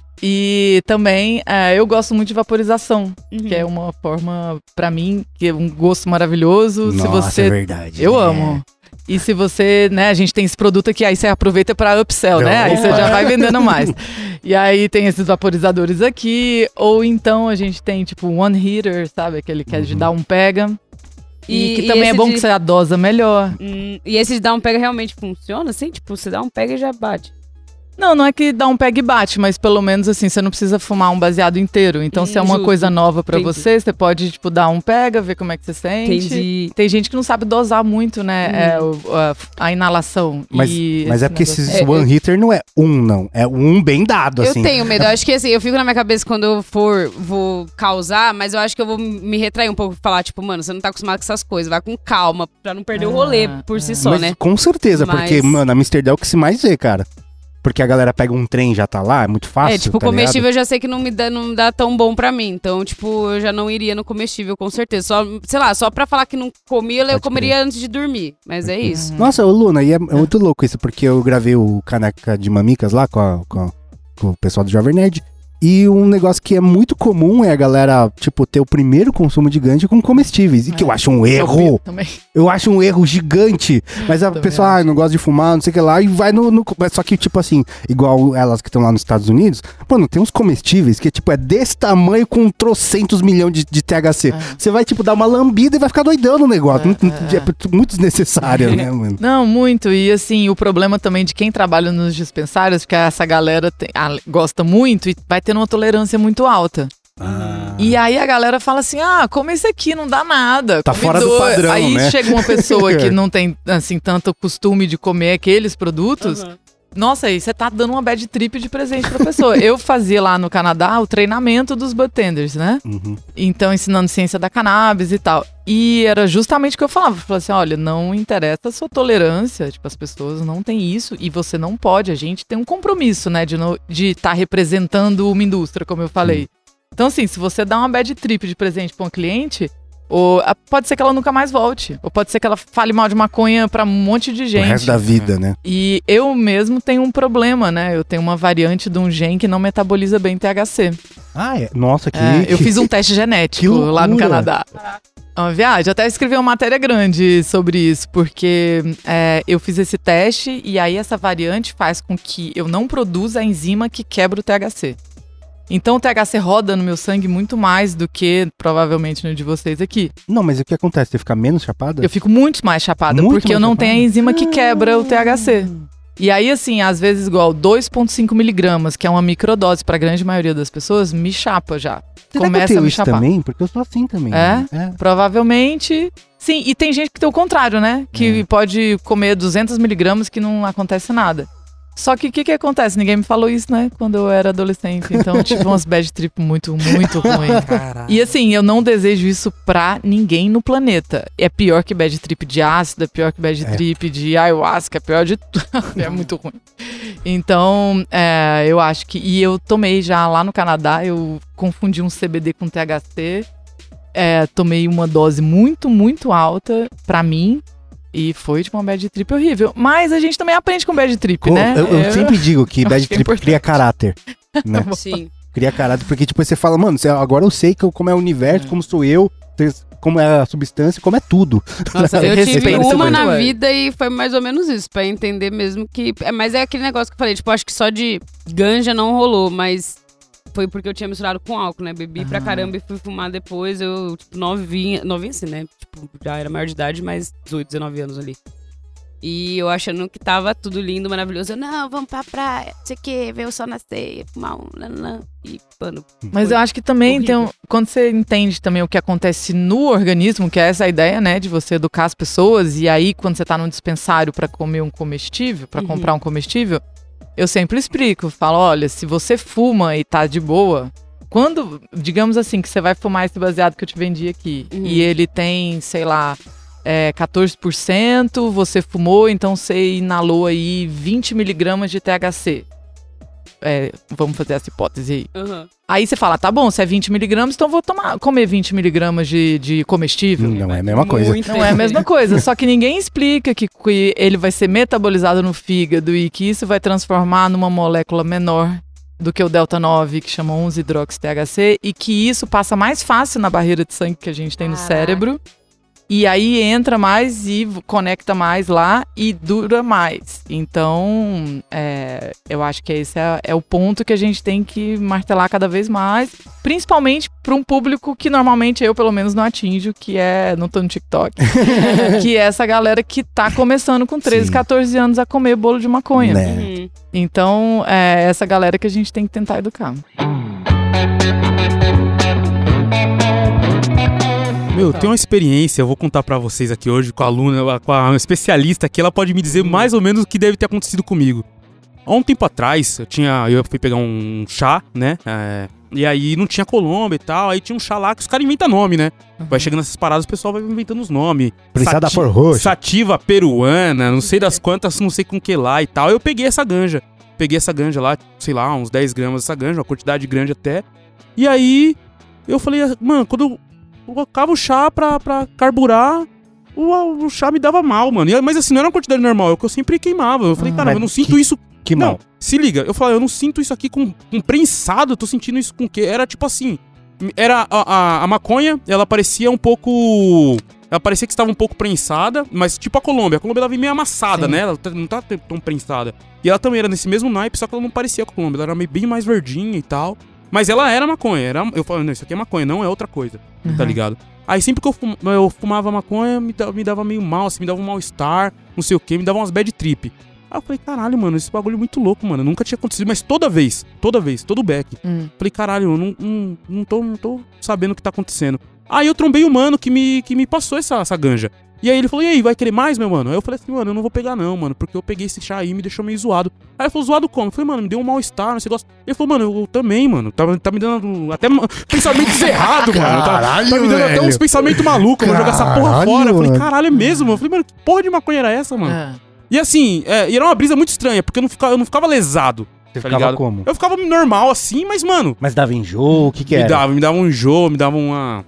E também é, eu gosto muito de vaporização, Uhum. que é uma forma, pra mim, que é um gosto maravilhoso. Se Nossa, você é verdade. Eu É. amo. E se você, né, a gente tem esse produto aqui, aí você aproveita pra upsell, né? Aí você Opa. já vai vendendo mais. E aí tem esses vaporizadores aqui, ou então a gente tem tipo one hitter, sabe? Aquele que é de Uhum. dar um pega. E, E- que e também é esse bom de- que você adosa melhor. Hum, e esse de dar um pega realmente funciona, assim? Tipo, você dá um pega e já bate. Não, não é que dá um pega e bate, mas pelo menos assim, você não precisa fumar um baseado inteiro. Então, hum, se é uma justo. coisa nova pra Entendi. você, você pode, tipo, dar um pega, ver como é que você sente. Entendi. Tem gente que não sabe dosar muito, né, hum. é, o, a, a inalação. Mas, e mas é porque esse é, one hitter não é um, não. É um bem dado, assim. Eu tenho medo. Eu acho que, assim, eu fico na minha cabeça quando eu for, vou causar, mas eu acho que eu vou me retrair um pouco e falar, tipo, mano, você não tá acostumado com essas coisas, vai com calma, pra não perder ah, o rolê por si só, mas, né? Com certeza, mas... porque, mano, a Amsterdã é o que se mais vê, cara. Porque a galera pega um trem e já tá lá, é muito fácil. É, tipo, tá comestível ligado? eu já sei que não me dá, não dá tão bom pra mim. Então, tipo, eu já não iria no comestível, com certeza. Só, sei lá, só pra falar que não comia, eu Pode comeria crer. antes de dormir. Mas é isso. Nossa, ô Luna, e é, é muito louco isso, porque eu gravei o Caneca de Mamicas lá com, a, com, a, com o pessoal do Jovem Nerd. E um negócio que é muito comum é a galera, tipo, ter o primeiro consumo de ganja com comestíveis. E é. que eu acho um erro. Eu, eu acho um erro gigante. Mas a pessoa, ah, não gosta de fumar, não sei o que lá, e vai no... no só que, tipo assim, igual elas que estão lá nos Estados Unidos, mano, tem uns comestíveis que, tipo, é desse tamanho com trocentos milhões de, de T H C. Você é. vai, tipo, dar uma lambida e vai ficar doidão no negócio. É, muito, é. é muito desnecessário, né, mano? Não, muito. E, assim, o problema também de quem trabalha nos dispensários, que essa galera tem, ah, gosta muito e vai tendo uma tolerância muito alta. Ah. E aí a galera fala assim, ah, come esse aqui, não dá nada. Tá fora do padrão, aí né? chega uma pessoa que não tem, assim, tanto costume de comer aqueles produtos. Uhum. Nossa, aí você tá dando uma bad trip de presente pra pessoa. Eu fazia lá no Canadá o treinamento dos bartenders, né? Uhum. Então, ensinando ciência da cannabis e tal. E era justamente o que eu falava. Eu falava assim, olha, não interessa a sua tolerância. Tipo, as pessoas não têm isso e você não pode. A gente tem um compromisso, né? De estar de tá representando uma indústria, como eu falei. Uhum. Então, assim, se você dá uma bad trip de presente pra um cliente... Ou pode ser que ela nunca mais volte. Ou pode ser que ela fale mal de maconha pra um monte de gente. O resto da vida, né? E eu mesmo tenho um problema, né? Eu tenho uma variante de um gene que não metaboliza bem T H C. Ah, é? Nossa, que... É, eu fiz um teste genético lá no Canadá. É uma viagem. Até escrevi uma matéria grande sobre isso. Porque é, eu fiz esse teste e aí essa variante faz com que eu não produza a enzima que quebra o T H C. Então o T H C roda no meu sangue muito mais do que provavelmente no de vocês aqui. Não, mas o que acontece? Você fica menos chapada? Eu fico muito mais chapada, muito porque mais eu não chapada? tenho a enzima que quebra o T H C. E aí, assim, às vezes igual dois vírgula cinco miligramas, que é uma microdose pra grande maioria das pessoas, me chapa já. Você Começa que eu a me isso chapar. também? Porque eu sou assim também. É? Né? é? Provavelmente... Sim, e tem gente que tem o contrário, né? Que é. pode comer duzentos miligramas que não acontece nada. Só que o que que acontece? Ninguém me falou isso, né? Quando eu era adolescente. Então eu tive umas bad trip muito, muito ruins. E assim, eu não desejo isso pra ninguém no planeta. É pior que bad trip de ácido, é pior que bad é. trip de ayahuasca, é pior de tudo. É muito ruim. Então, é, eu acho que... E eu tomei já lá no Canadá, eu confundi um C B D com T H C. É, tomei uma dose muito, muito alta pra mim. E foi tipo uma bad trip horrível. Mas a gente também aprende com bad trip, Com, né? Eu, eu, eu sempre digo que bad trip que é cria caráter. Né? Sim. Cria caráter, porque tipo, você fala, mano, agora eu sei como é o universo, é. como sou eu, como é a substância, como é tudo. Nossa, eu tive uma na vida e foi mais ou menos isso, pra entender mesmo que... Mas é aquele negócio que eu falei, tipo, acho que só de ganja não rolou, mas... Foi porque eu tinha misturado com álcool, né? Bebi ah. pra caramba e fui fumar depois. Eu, tipo, novinha... Novinha assim, né? Tipo, já era maior de idade, mas dezoito, dezenove anos ali. E eu achando que tava tudo lindo, maravilhoso. Eu, não, vamos pra praia, não sei o quê, ver o sol nascer, fumar um... Nanã, e, mano... Mas eu acho que também tem um, quando você entende também o que acontece no organismo, que é essa ideia, né? De você educar as pessoas. E aí, quando você tá num dispensário pra comer um comestível, pra uhum. comprar um comestível... Eu sempre explico, falo, olha, se você fuma e tá de boa, quando, digamos assim, que você vai fumar esse baseado que eu te vendi aqui, uhum. e ele tem, sei lá, é, quatorze por cento, você fumou, então você inalou aí vinte miligramas de T H C. É, vamos fazer essa hipótese aí. Uhum. Aí você fala, tá bom, se é vinte miligramas, então vou tomar, comer vinte miligramas de, de comestível. Não é a mesma coisa. Muito não é a mesma coisa, só que ninguém explica que, que ele vai ser metabolizado no fígado e que isso vai transformar numa molécula menor do que o delta nove, que chama onze hidroxi T H C, e que isso passa mais fácil na barreira de sangue que a gente tem no cérebro. E aí entra mais e conecta mais lá e dura mais. Então, é, eu acho que esse é, é o ponto que a gente tem que martelar cada vez mais, principalmente para um público que normalmente eu, pelo menos, não atinjo, que é, não tô no TikTok, que é essa galera que tá começando com treze, Sim. catorze anos a comer bolo de maconha. Né? Uhum. Então, é essa galera que a gente tem que tentar educar. Meu, tem uma experiência, eu vou contar pra vocês aqui hoje com a aluna, com a especialista aqui, ela pode me dizer mais ou menos o que deve ter acontecido comigo. Há um tempo atrás, eu tinha, eu fui pegar um chá, né, é, e aí não tinha Colômbia e tal, aí tinha um chá lá que os caras inventam nome, né, uhum. Vai chegando nessas paradas, o pessoal vai inventando os nomes. Prensada por roxo. Sativa peruana, não sei das quantas, não sei com que lá e tal, eu peguei essa ganja, peguei essa ganja lá, sei lá, uns dez gramas dessa ganja, uma quantidade grande até, e aí eu falei, mano, quando eu colocava o chá pra, pra carburar, o, o chá me dava mal, mano. E, mas assim, não era uma quantidade normal, é o que eu sempre queimava. Eu falei, ah, cara, eu não sinto que, isso... Que não, mal. Se liga, eu falei, eu não sinto isso aqui com, com prensado, eu tô sentindo isso com o quê? Era tipo assim, era a, a, a maconha, ela parecia um pouco... Ela parecia que estava um pouco prensada, mas tipo a Colômbia. A Colômbia ela vem meio amassada, Sim. né? Ela não tá tão prensada. E ela também era nesse mesmo naipe, só que ela não parecia com a Colômbia. Ela era meio, bem mais verdinha e tal. Mas ela era maconha. Era, eu falei, não, isso aqui é maconha, não é outra coisa. Uhum. Tá ligado? Aí sempre que eu, fum, eu fumava maconha, me dava, me dava meio mal, assim, me dava um mal-estar, não sei o que, me dava umas bad trip. Aí eu falei, caralho, mano, esse bagulho é muito louco, mano. Nunca tinha acontecido, mas toda vez, toda vez, todo back. Hum. Falei, caralho, eu não, não, não, tô, não tô sabendo o que tá acontecendo. Aí eu trombei o mano que me, que me passou essa, essa ganja. E aí ele falou, e aí, vai querer mais, meu mano? Aí eu falei assim, mano, eu não vou pegar não, mano, porque eu peguei esse chá aí e me deixou meio zoado. Aí ele falou, zoado como? Eu falei, mano, me deu um mal-estar, não sei gosta. Ele falou, mano, eu, eu também, mano, tá, tá me dando até pensamentos errados, mano. Tá, tá me dando velho. até uns pensamentos malucos, vou jogar essa porra fora. Eu falei, caralho, é mesmo? Eu falei, mano, que porra de maconha era essa, mano? É. E assim, é, e era uma brisa muito estranha, porque eu não ficava, eu não ficava lesado. Você tá ficava ligado? como? Eu ficava normal assim, mas, mano... Mas dava enjoo, o que que me era? Dava, me dava um enjoo, me dava uma...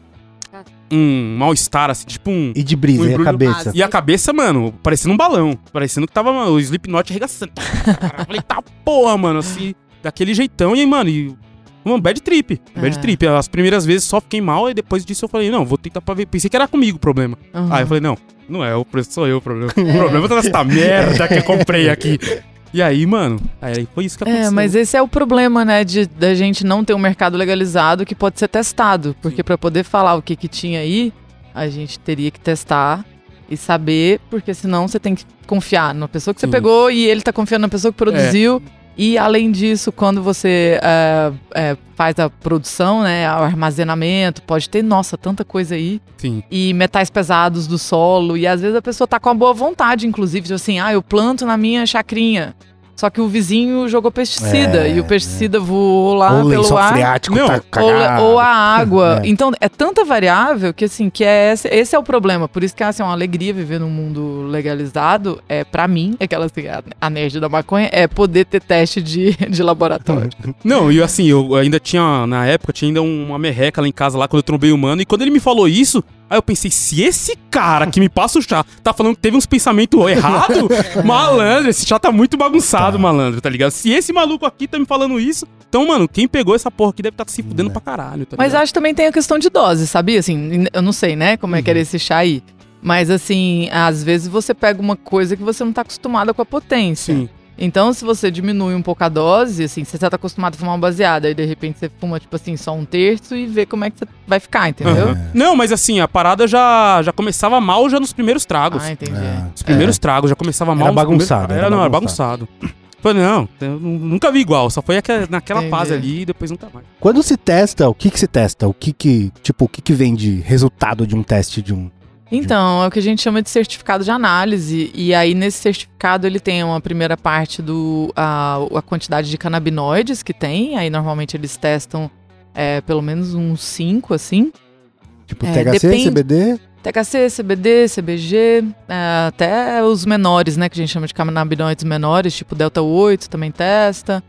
um mal-estar, assim, tipo um... E de brisa, um e a cabeça? E a cabeça, mano, parecendo um balão. Parecendo que tava mano, o Slipknot arregaçando. Eu falei, tá porra, mano, assim, daquele jeitão. E aí, mano, e... Mano, bad trip, bad é. trip. As primeiras vezes só fiquei mal, e depois disso eu falei, não, vou tentar pra ver. Pensei que era comigo o problema. Uhum. Aí eu falei, não, não é, sou eu o problema. O problema tá nessa merda que eu comprei aqui. E aí, mano, aí foi isso que aconteceu. É, mas esse é o problema, né, de da gente não ter um mercado legalizado que pode ser testado. Porque Sim. pra poder falar o que que tinha aí, a gente teria que testar e saber, porque senão você tem que confiar na pessoa que Sim. você pegou e ele tá confiando na pessoa que produziu. É. E, além disso, quando você é, é, faz a produção, né, o armazenamento, pode ter, nossa, tanta coisa aí. Sim. E metais pesados do solo. E, às vezes, a pessoa tá com uma boa vontade, inclusive, de assim, ah, eu planto na minha chacrinha. Só que o vizinho jogou pesticida é, e o pesticida é. voou lá ou pelo ar. Freático Não, tá cagado. Ou, ou a água. É. Então, é tanta variável que, assim, que é esse, esse é o problema. Por isso que assim, é uma alegria viver num mundo legalizado. É, pra mim, aquela assim, a, a nerd da maconha, é poder ter teste de, de laboratório. Não, e assim, eu ainda tinha, na época, tinha ainda uma merreca lá em casa, lá, quando eu trombei o mano. E quando ele me falou isso, aí eu pensei, se esse cara que me passa o chá tá falando que teve uns pensamentos errados, malandro, esse chá tá muito bagunçado, tá. malandro, tá ligado? Se esse maluco aqui tá me falando isso, então, mano, quem pegou essa porra aqui deve estar tá se fudendo é. pra caralho, tá Mas acho que também tem a questão de dose, sabia? Assim, eu não sei, né, como é uhum. que era esse chá aí. Mas, assim, às vezes você pega uma coisa que você não tá acostumado com a potência. Sim. Então, se você diminui um pouco a dose, assim, você já tá acostumado a fumar uma baseada, e de repente você fuma, tipo assim, só um terço e vê como é que você vai ficar, entendeu? Uhum. Não, mas assim, a parada já, já começava mal já nos primeiros tragos. Ah, entendi. É. Os primeiros é. tragos já começava mal. Era bagunçado. Primeiros... Era, era, não, era bagunçado. Falei, não, eu nunca vi igual, só foi naquela entendi. fase ali e depois nunca mais. Quando se testa, o que que se testa? O que que, tipo, o que que vem de resultado de um teste de um... Então, é o que a gente chama de certificado de análise, e aí nesse certificado ele tem uma primeira parte do a, a quantidade de canabinoides que tem, aí normalmente eles testam é, pelo menos uns cinco, assim. Tipo é, T H C, depende, C B D? T H C, C B D, C B G, é, até os menores, né, que a gente chama de canabinoides menores, tipo Delta oito também testa.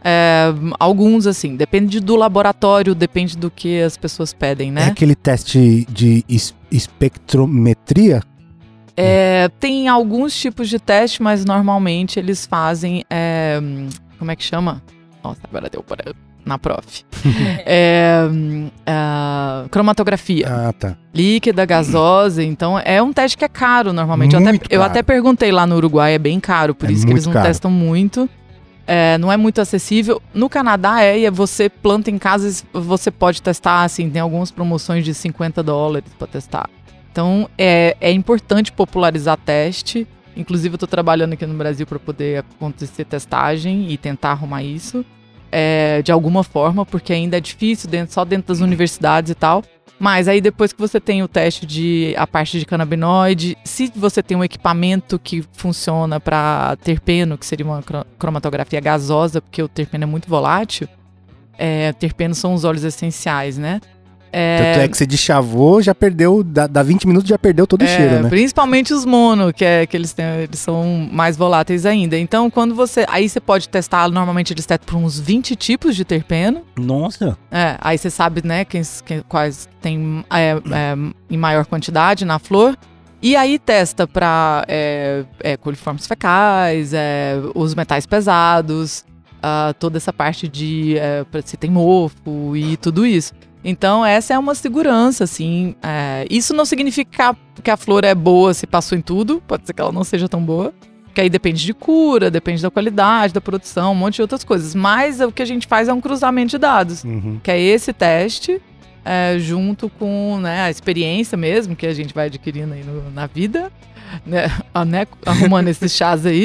É, alguns, assim, depende do laboratório, depende do que as pessoas pedem, né? É aquele teste de es- espectrometria? É, tem alguns tipos de teste, mas normalmente eles fazem, é, como é que chama? Nossa, agora deu para... na prof. é, uh, cromatografia. Ah, tá. Líquida, gasosa. Então, é um teste que é caro, normalmente. Eu até, Muito eu caro. até perguntei lá no Uruguai, é bem caro. Por É isso que eles muito não caro. testam muito. É, não é muito acessível. No Canadá é, e você planta em casa, você pode testar, assim, tem algumas promoções de cinquenta dólares para testar. Então, é, é importante popularizar teste. Inclusive, eu tô trabalhando aqui no Brasil para poder acontecer testagem e tentar arrumar isso. É, de alguma forma, porque ainda é difícil, dentro, só dentro das universidades e tal. Mas aí depois que você tem o teste de a parte de canabinoide, se você tem um equipamento que funciona para terpeno, que seria uma cromatografia gasosa, porque o terpeno é muito volátil, é, terpenos são os óleos essenciais, né? É, Tanto é que você deschavou, já perdeu, dá, dá vinte minutos, já perdeu todo o é, cheiro, né? Principalmente os mono, que, é, que eles, têm, eles são mais voláteis ainda. Então, quando você... Aí você pode testar, normalmente eles testam por uns vinte tipos de terpeno. Nossa. É, aí você sabe, né, quem, quem, quais tem é, é, em maior quantidade na flor. E aí testa para é, é, coliformes fecais, é, os metais pesados, uh, toda essa parte de é, se tem mofo e tudo isso. Então, essa é uma segurança, assim. É, isso não significa que a flor é boa se passou em tudo. Pode ser que ela não seja tão boa. Porque aí depende de cura, depende da qualidade, da produção, um monte de outras coisas. Mas o que a gente faz é um cruzamento de dados. Uhum. Que é esse teste, é, junto com, né, a experiência mesmo, que a gente vai adquirindo aí no, na vida. Né, né, arrumando esses chás aí.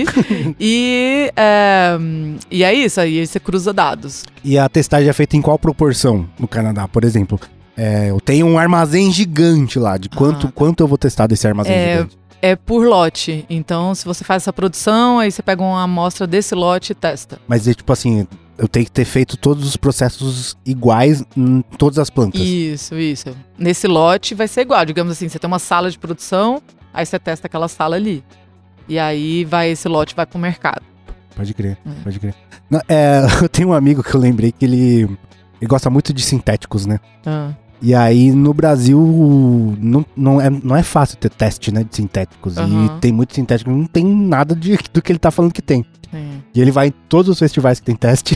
E é, e é isso, aí você cruza dados. E a testagem é feita em qual proporção no Canadá, por exemplo? É, eu tenho um armazém gigante lá, de quanto, Ah. quanto eu vou testar desse armazém É, gigante? É por lote. Então, se você faz essa produção, aí você pega uma amostra desse lote e testa. Mas é tipo assim, eu tenho que ter feito todos os processos iguais em todas as plantas. Isso, isso. Nesse lote vai ser igual. Digamos assim, você tem uma sala de produção, aí você testa aquela sala ali. E aí vai esse lote vai pro mercado. Pode crer, É. pode crer. Não, é, eu tenho um amigo que eu lembrei que ele, ele gosta muito de sintéticos, né? Ah. E aí no Brasil não, não, é, não é fácil ter teste, né, de sintéticos. Aham. E tem muito sintético, não tem nada de, do que ele tá falando que tem. Sim. E ele vai em todos os festivais que tem teste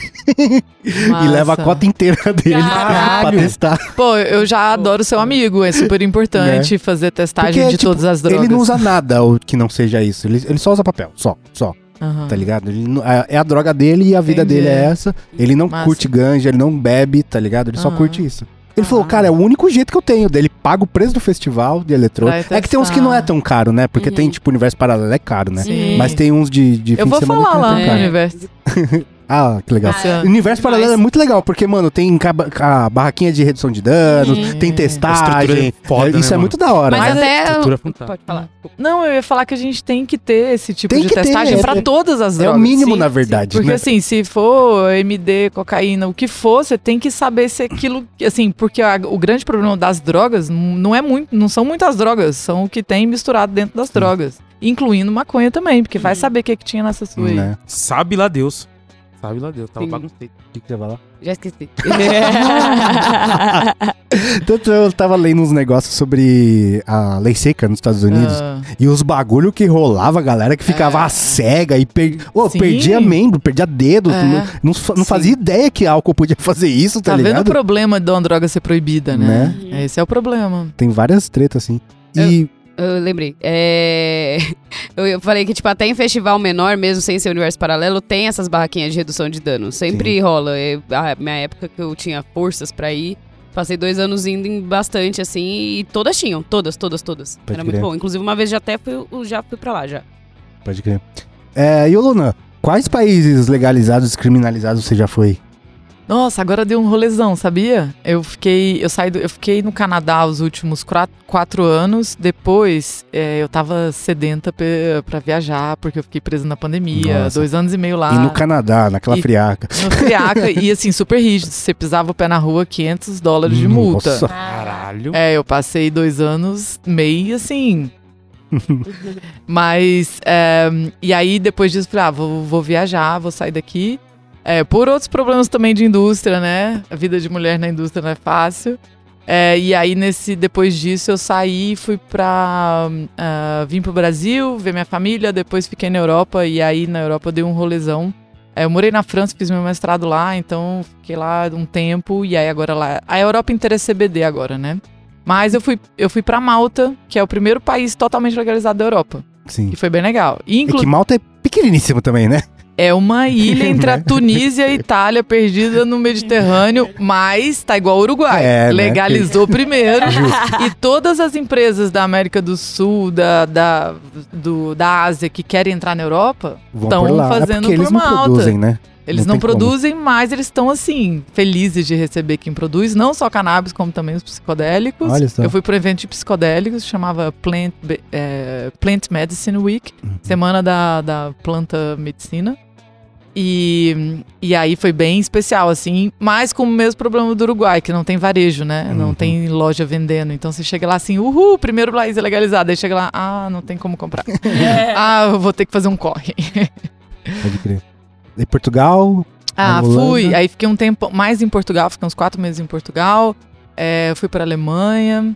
e Massa. leva a cota inteira dele pra Caralho. testar. Pô, eu já adoro seu amigo. É super importante fazer testagem Porque, de tipo, todas as drogas. Ele não usa nada o que não seja isso. Ele, ele só usa papel, só, só. Aham. Tá ligado? Ele não- é, é a droga dele e a vida Entendi. dele é essa. Ele não Massa. curte ganja, ele não bebe, tá ligado? Ele só Aham. curte isso. Ele Ah. falou, cara, é o único jeito que eu tenho. Daí ele paga o preço do festival de eletrônico. Vai É que tem uns que testar. não é tão caro, né? Porque Uhum. tem, tipo, Universo Paralelo é caro, né? Sim. Mas tem uns de, de fim Eu de vou semana falar que não é lá tão no caro. universo. Ah, que legal. Esse ano. Universo Demais. Paralelo é muito legal, porque, mano, tem caba- a barraquinha de redução de danos, Uhum. tem A estrutura testagem. é foda, É, né, isso é mano? muito da hora. Mas né? até... Estrutura fantástica. Pode falar. Não, eu ia falar que a gente tem que ter esse tipo Tem de que ter, testagem é- pra todas as É drogas. o mínimo, Sim, na sim. verdade, Porque né? assim, se for M D, cocaína, o que for, você tem que saber se aquilo, assim, porque a- o grande problema das drogas n- não é muito, não são muitas drogas, são o que tem misturado dentro das drogas, incluindo maconha também, porque vai saber o que, que tinha nessa sua aí. Né? Sabe lá Deus. Sabe lá Deus. Tava Sim. baguncei. O que que você vai lá? Já esqueci. Tanto eu tava lendo uns negócios sobre a lei seca nos Estados Unidos. Ah, E os bagulho que rolava, a galera que ficava É. cega e per... Ô, Sim. perdia membro, perdia dedo. É. Não, não, fa- não Sim. fazia ideia que álcool podia fazer isso, tá, tá vendo o ligado? problema de uma droga ser proibida, né? Esse é o problema. Tem várias tretas, assim. E Eu lembrei. É... Eu, eu falei que, tipo, até em festival menor, mesmo sem ser universo paralelo, tem essas barraquinhas de redução de dano. Sempre rola. Eu, a minha época que eu tinha forças pra ir, passei dois anos indo em bastante, assim, e todas tinham. Todas, todas, todas. Pode Era crer. muito bom. Inclusive, uma vez já até fui, já fui pra lá, já. Pode crer. É, e ô, Luna, quais países legalizados e criminalizados você já foi? Nossa, agora deu um rolezão, sabia? Eu fiquei, eu saí do, eu fiquei no Canadá os últimos quatro, quatro anos. Depois, é, eu tava sedenta pe- pra viajar, porque eu fiquei presa na pandemia, Nossa. dois anos e meio lá. E no Canadá, naquela E- friaca. No friaca, e assim, super rígido. Se você pisava o pé na rua, quinhentos dólares de multa. Nossa. Caralho. É, eu passei dois anos meio assim. Mas, é, e aí depois disso, falei, ah, vou, vou viajar, vou sair daqui. É, por outros problemas também de indústria, né? A vida de mulher na indústria não é fácil. É, e aí, nesse, depois disso, eu saí, fui pra. Uh, vim pro Brasil, ver minha família, depois fiquei na Europa, e aí na Europa eu dei um rolezão. É, eu morei na França, fiz meu mestrado lá, então fiquei lá um tempo e aí agora lá... A Europa inteira é C B D agora, né? Mas eu fui, eu fui pra Malta, que é o primeiro país totalmente legalizado da Europa. Sim. E foi bem legal. E inclu... É que Malta é pequeniníssimo também, né? É uma ilha entre a Tunísia e a Itália, perdida no Mediterrâneo, mas tá igual o Uruguai. É, né? Legalizou primeiro. E todas as empresas da América do Sul, da, da, do, da Ásia, que querem entrar na Europa, estão fazendo é por eles Malta. Não produzem, né? Eles não, não produzem, como. Mas eles estão, assim, felizes de receber quem produz, não só cannabis, como também os psicodélicos. Olha só. Eu fui para um evento de psicodélicos, chamava Plant, é, Plant Medicine Week, uhum. Semana da, da Planta Medicina. E, e aí foi bem especial, assim, mas com o mesmo problema do Uruguai, que não tem varejo, né? Uhum. Não tem loja vendendo. Então você chega lá assim, uhul, primeiro país é legalizado. Aí chega lá, ah, não tem como comprar. É. Ah, eu vou ter que fazer um corre. Pode crer. E Portugal? Ah, fui. Aí fiquei um tempo mais em Portugal, fiquei uns quatro meses em Portugal. É, fui pra Alemanha.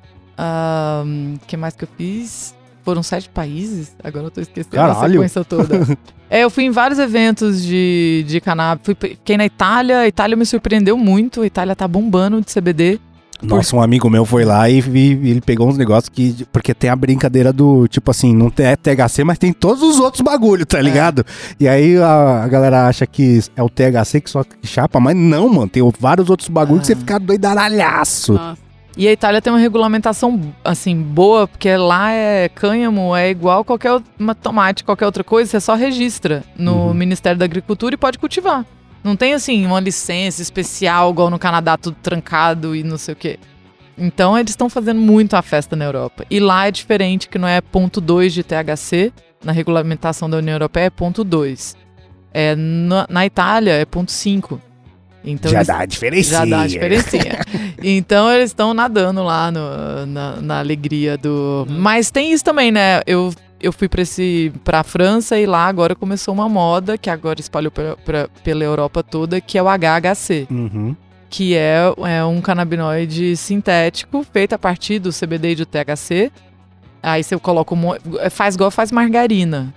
O um, que mais que eu fiz? Foram sete países? Agora eu tô esquecendo a sequência toda. É, eu fui em vários eventos de, de cannabis. Fui, fiquei na Itália. A Itália me surpreendeu muito. A Itália tá bombando de C B D. Nossa, por... um amigo meu foi lá e, e ele pegou uns negócios que... Porque tem a brincadeira do, tipo assim, não tem é T H C, mas tem todos os outros bagulho, tá ligado? É. E aí a, a galera acha que é o T H C que só chapa, mas não, mano. Tem vários outros bagulho ah. que você fica doidaralhaço. Nossa. E a Itália tem uma regulamentação, assim, boa, porque lá é cânhamo, é igual qualquer uma tomate, qualquer outra coisa, você só registra no uhum. Ministério da Agricultura e pode cultivar. Não tem, assim, uma licença especial, igual no Canadá, tudo trancado e não sei o quê. Então, eles estão fazendo muito a festa na Europa. E lá é diferente, que não é ponto dois de T H C, na regulamentação da União Europeia é ponto dois. É, na, na Itália é ponto cinco. Então já eles, dá a diferencinha. Já dá a diferencinha. Então eles estão nadando lá no, na, na alegria do... Mas tem isso também, né? Eu, eu fui pra, esse, pra França e lá agora começou uma moda, que agora espalhou pra, pra, pela Europa toda, que é o H H C. Uhum. Que é, é um canabinoide sintético feito a partir do C B D e do T H C. Aí você coloca um... Faz igual faz margarina.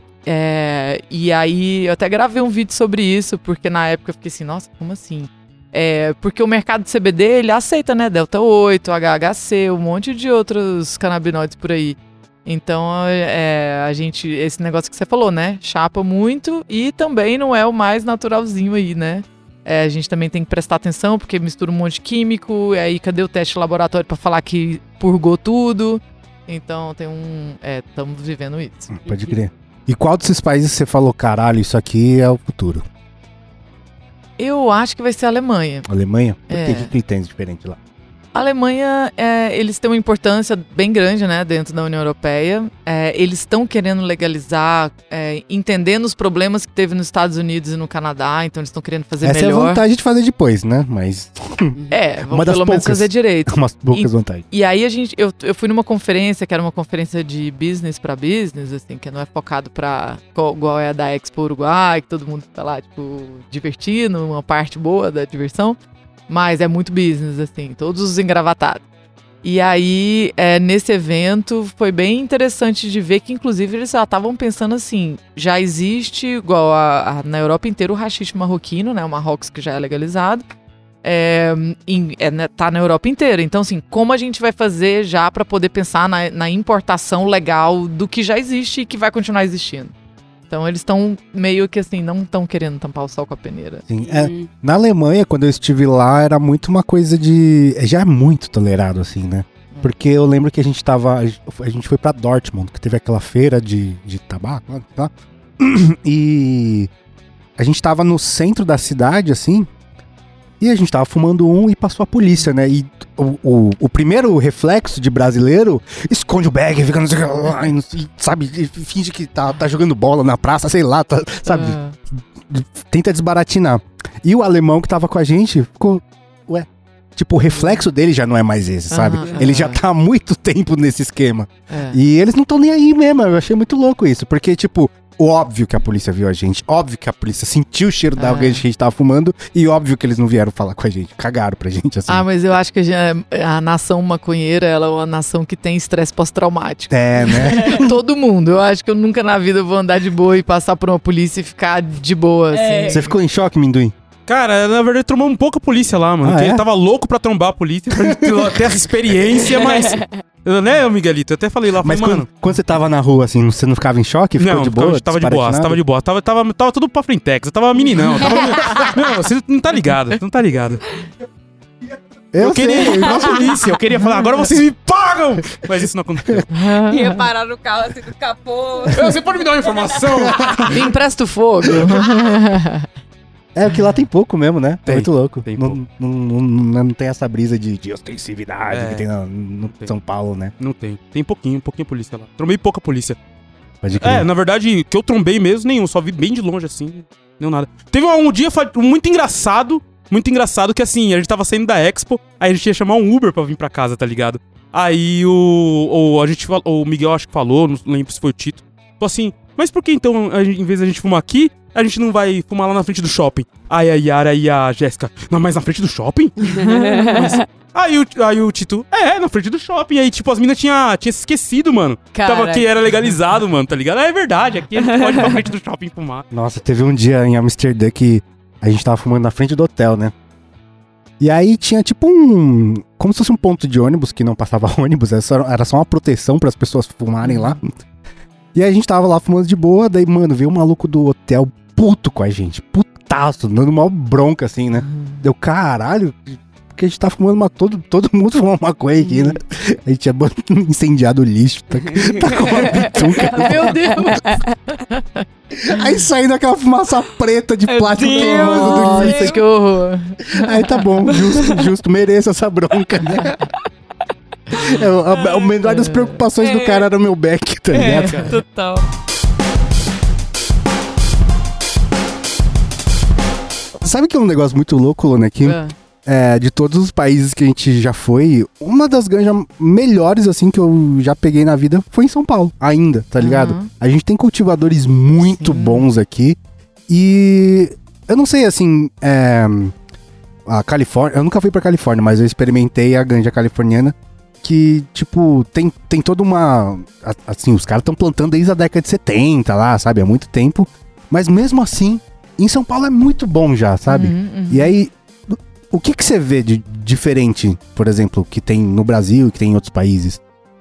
É, e aí eu até gravei um vídeo sobre isso, porque na época eu fiquei assim, nossa, como assim? É, porque o mercado de C B D, ele aceita, né, Delta oito, H H C, um monte de outros canabinoides por aí. Então, é, a gente, esse negócio que você falou, né, chapa muito e também não é o mais naturalzinho aí, né? É, a gente também tem que prestar atenção, porque mistura um monte de químico, e aí cadê o teste de laboratório pra falar que purgou tudo? Então, tem um... É, estamos vivendo isso. Pode crer. E qual desses países você falou, caralho, isso aqui é o futuro? Eu acho que vai ser a Alemanha. Alemanha? Por é. que? O que tem de diferente lá? A Alemanha, é, eles têm uma importância bem grande, né, dentro da União Europeia. É, eles estão querendo legalizar, é, entendendo os problemas que teve nos Estados Unidos e no Canadá, então eles estão querendo fazer Essa melhor. Essa é a vantagem de fazer depois, né? Mas... É, vamos pelo menos fazer direito. Umas poucas e, vantagens. E aí a gente, eu, eu fui numa conferência, que era uma conferência de business para business, assim, que não é focado para igual é a da Expo Uruguai, que todo mundo tá lá, tipo, divertindo, uma parte boa da diversão. Mas é muito business, assim, todos os engravatados. E aí, é, nesse evento, foi bem interessante de ver que, inclusive, eles já estavam pensando assim, já existe, igual a, a, na Europa inteira, o haxixe marroquino, né, o Marrocos que já é legalizado, é, em, é, né, tá na Europa inteira. Então, assim, como a gente vai fazer já para poder pensar na, na importação legal do que já existe e que vai continuar existindo? Então eles estão meio que assim, não estão querendo tampar o sol com a peneira. Sim, é, na Alemanha, quando eu estive lá, era muito uma coisa de... Já é muito tolerado, assim, né? Porque eu lembro que a gente tava... A gente foi pra Dortmund, que teve aquela feira de, de tabaco, tá? E a gente tava no centro da cidade, assim, e a gente tava fumando um e passou a polícia, né? E o, o, o primeiro reflexo de brasileiro, esconde o bag, fica, não sei o que, e, sabe, finge que tá, tá jogando bola na praça, sei lá, tá, sabe? Uh. Tenta desbaratinar. E o alemão que tava com a gente ficou, ué, tipo, o reflexo dele já não é mais esse, sabe? Uh-huh, Ele uh-huh. já tá há muito tempo nesse esquema. Uh. E eles não estão nem aí mesmo, eu achei muito louco isso, porque, tipo, óbvio que a polícia viu a gente, óbvio que a polícia sentiu o cheiro da Ah. ganja que a gente tava fumando e óbvio que eles não vieram falar com a gente, cagaram pra gente, assim. Ah, mas eu acho que a, gente- a nação maconheira, ela é uma nação que tem estresse pós-traumático. É, né? Todo mundo. Eu acho que eu nunca na vida vou andar de boa e passar por uma polícia e ficar de boa, assim. Você ficou em choque, Minduim? Cara, na verdade, trombou um pouco a polícia lá, mano. Ah, porque é? ele tava louco pra trombar a polícia, pra gente ter- ter essa experiência, mas... Eu, né, Miguelito? Eu até falei lá, falei, Mas mano... quando, quando você tava na rua, assim, você não ficava em choque? Ficou Não, de ficava- boa? tava de boa, desbaratinado? tava de boa. Tava, tava, tava tudo pra frentex, eu tava meninão. Tava, meu, você não tá ligado, você não tá ligado. Eu, Eu, queria sei, ir pra polícia, eu queria falar, agora vocês me pagam! Mas isso não aconteceu. Ia parar no carro assim do capô. Você pode me dar uma informação? Me empresta o fogo. É, porque lá tem pouco mesmo, né? Tem, é muito louco. tem não, pouco. Não, não, não, não tem essa brisa de, de ostensividade É. que tem no, no Tem. São Paulo, né? Não tem. Tem pouquinho, pouquinho polícia lá. Trombei pouca polícia. Pode crer. É, na verdade, que eu trombei mesmo, nenhum. Só vi bem de longe, assim. Não nada. Teve um, um dia fa- muito engraçado. Muito engraçado que, assim, a gente tava saindo da Expo. Aí a gente ia chamar um Uber pra vir pra casa, tá ligado? Aí o... o a gente, fal- o Miguel acho que falou, não lembro se foi o Tito. Falou assim, mas por que então, a gente- em vez da gente fumar aqui, a gente não vai fumar lá na frente do shopping? Aí a Yara e a Jéssica, não, mas na frente do shopping? Mas- Aí o, aí o Tito, é, na frente do shopping. Aí, tipo, as minas tinham tinha se esquecido, mano. Tava Caraca. que era legalizado, mano, tá ligado? É verdade, aqui a gente pode ir pra frente do shopping fumar. Nossa, teve um dia em Amsterdã que a gente tava fumando na frente do hotel, né? E aí tinha tipo um... Como se fosse um ponto de ônibus que não passava ônibus. Era só, era só uma proteção para as pessoas fumarem lá. E aí a gente tava lá fumando de boa. Daí, mano, veio um maluco do hotel puto com a gente. Putaço, dando uma bronca assim, né? Deu, caralho... Porque a gente tá fumando uma... Todo, todo mundo fumando maconha aqui, né? A gente tinha bot- incendiado o lixo. Tá, tá com uma bituca. Meu Deus. Aí saindo aquela fumaça preta de plástico Deus queimando do Nossa, lixo. que horror. Aí tá bom, justo, justo, mereço essa bronca, né? É, o, a, o menor das preocupações do cara era o meu back, tá ligado? Total. Sabe que é um negócio muito louco, Lona, que Ah. é, de todos os países que a gente já foi, uma das ganjas melhores, assim, que eu já peguei na vida foi em São Paulo, ainda, tá ligado? Uhum. A gente tem cultivadores muito Sim. bons aqui e eu não sei, assim, é, a Califórnia, eu nunca fui pra Califórnia, mas eu experimentei a ganja californiana, que, tipo, tem, tem toda uma, a- assim, os caras estão plantando desde a década de setenta lá, sabe, há muito tempo, mas mesmo assim, em São Paulo é muito bom já, sabe? Uhum, uhum. E aí, o que que você vê de diferente, por exemplo, que tem no Brasil e que tem em outros países?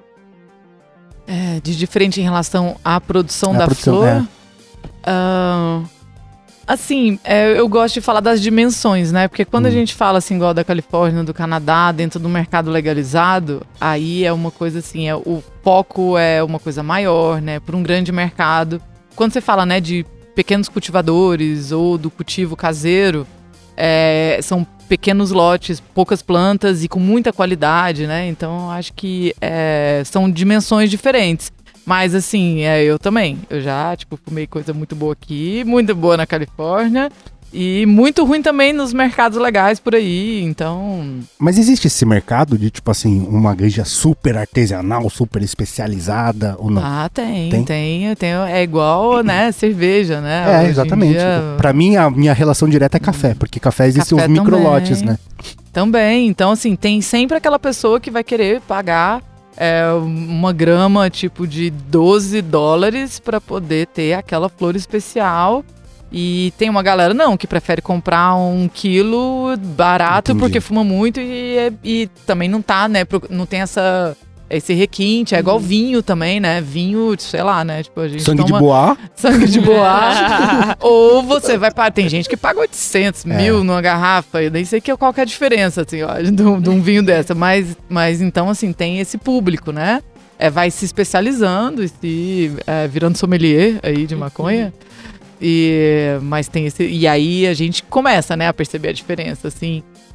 É, de diferente em relação à produção À da produção, flor. é. Ah, assim, é, eu gosto de falar das dimensões, né? Porque quando Hum. a gente fala assim, igual da Califórnia, do Canadá, dentro do mercado legalizado, aí é uma coisa assim, é, o foco é uma coisa maior, né? Para um grande mercado. Quando você fala, né, de pequenos cultivadores ou do cultivo caseiro, é, são pequenos lotes, poucas plantas e com muita qualidade, né? Então, acho que é, são dimensões diferentes. Mas, assim, é, eu também. Eu já, tipo, fumei coisa muito boa aqui, muito boa na Califórnia e muito ruim também nos mercados legais por aí. Então, Mas existe esse mercado de, tipo assim, uma ganja super artesanal, super especializada ou não? ah, tem, Tem? tem, tem, é igual, né, cerveja, né? é, Hoje em exatamente. dia- Pra mim, a minha relação direta é café, porque café existem Café os microlotes, também. né? Também, então assim, tem sempre aquela pessoa que vai querer pagar é, uma grama tipo de doze dólares para poder ter aquela flor especial. E tem uma galera, não, que prefere comprar um quilo barato Entendi. porque fuma muito e, e também não tá, né, pro- não tem essa, esse requinte, é igual vinho também, né, vinho, sei lá, né, tipo a gente Sangue toma... de boa. Sangue de boa. Ou você vai pagar. Tem gente que paga oitocentos É. mil numa garrafa. Eu nem sei que, qual que é a diferença, assim, ó, de, um- de um vinho dessa. Mas, mas então, assim, tem esse público, né? É, vai se especializando e se é, virando sommelier aí de maconha. E, mas tem esse. E aí a gente começa, né, a perceber a diferença, assim.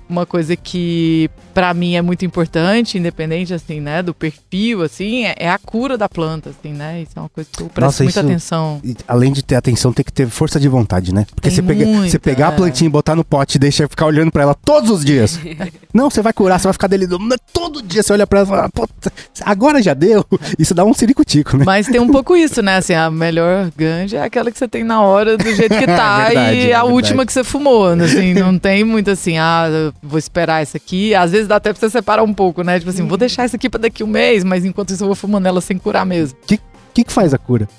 uma coisa que pra mim é muito importante, independente, assim, né, do perfil, assim, é, é a cura da planta, assim, né? Isso é uma coisa que eu presto Nossa, muita isso- atenção. E, além de ter atenção, tem que ter força de vontade, né? Porque Tem você, pega, muito, você pegar a é. plantinha e botar no pote e deixar ficar olhando pra ela todos os dias. Não, você vai curar, você vai ficar delirando. Mas todo dia você olha pra ela e fala, puta, agora já deu. Isso dá um ciricutico, né? Mas tem um pouco isso, né? Assim, a melhor ganja é aquela que você tem na hora, do jeito que tá, Verdade, e é a verdade. última que você fumou, né? Assim, não tem muito assim, ah, eu vou esperar essa aqui. Às vezes dá até pra você separar um pouco, né? Tipo assim, vou deixar essa aqui pra daqui um mês, mas enquanto isso eu vou fumando ela sem curar mesmo. O que, que faz a cura?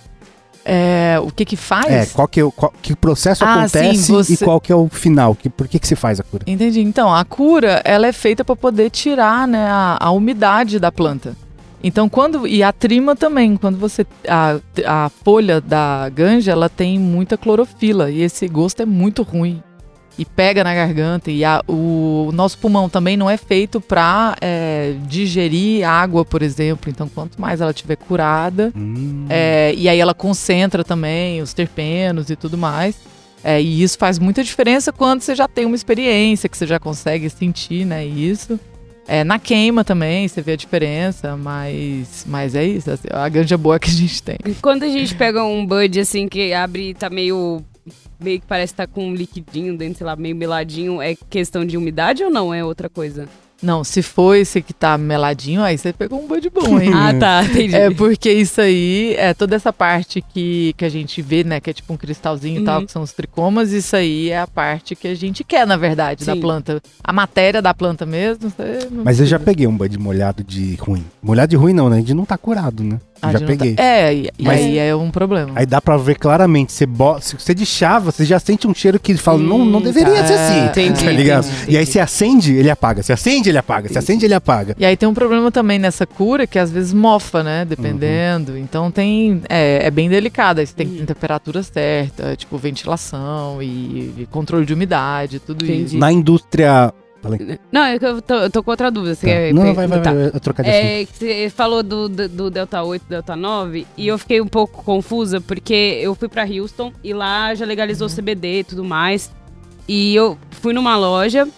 É, o que que faz? É, qual que, é o- qual, que processo Ah, acontece sim, você- e qual que é o final? Que, por que que se faz a cura? Entendi. Então, a cura, ela é feita para poder tirar, né, a, a umidade da planta. Então, quando... E a trima também. Quando você... A, a folha da ganja, ela tem muita clorofila. E esse gosto é muito ruim. E pega na garganta. E a, o, o nosso pulmão também não é feito para digerir água, por exemplo. Então, quanto mais ela estiver curada... Hum. É, e aí ela concentra também os terpenos e tudo mais. É, e isso faz muita diferença quando você já tem uma experiência, que você já consegue sentir, né, isso. É, na queima também, você vê a diferença, mas, mas é isso, assim, a ganja boa que a gente tem. Quando a gente pega um bud assim que abre e tá meio. Meio que parece que tá com um liquidinho dentro, sei lá, meio meladinho, é questão de umidade ou não? É outra coisa? Não, se for esse que tá meladinho, aí você pegou um bud bom, hein? Ah, tá, entendi. É porque isso aí, é toda essa parte que, que a gente vê, né, que é tipo um cristalzinho e tal, Uhum. que são os tricomas, isso aí é a parte que a gente quer, na verdade, da Sim. planta. A matéria da planta mesmo, você não Mas eu já precisa. peguei um bud molhado de ruim. Molhado de ruim não, né? De não tá curado, né? Ah, já de não tá- peguei. É, e, e Mas- aí é um problema. Aí dá pra ver claramente, você, bo... se você deixava, você já sente um cheiro que fala, não, não Hum, deveria tá. ser assim, Entendi, tá ligado? entendi, E aí entendi. você acende, ele apaga, você acende, ele apaga, você acende, ele apaga. E aí tem um problema também nessa cura que às vezes mofa, né? Dependendo. Então tem. É, é bem delicado. Aí você tem que ter temperatura certa, tipo ventilação e, e controle de umidade, tudo Entendi. isso. Na indústria... Falei, Não, é que eu tô, eu tô com outra dúvida. Você tá. quer Não, vai, vai, perguntar? vai, eu trocar de assunto. É, que você falou do, do, do Delta oito, Delta nove, e eu fiquei um pouco confusa, porque eu fui pra Houston e lá já legalizou o C B D e tudo mais. E eu fui numa loja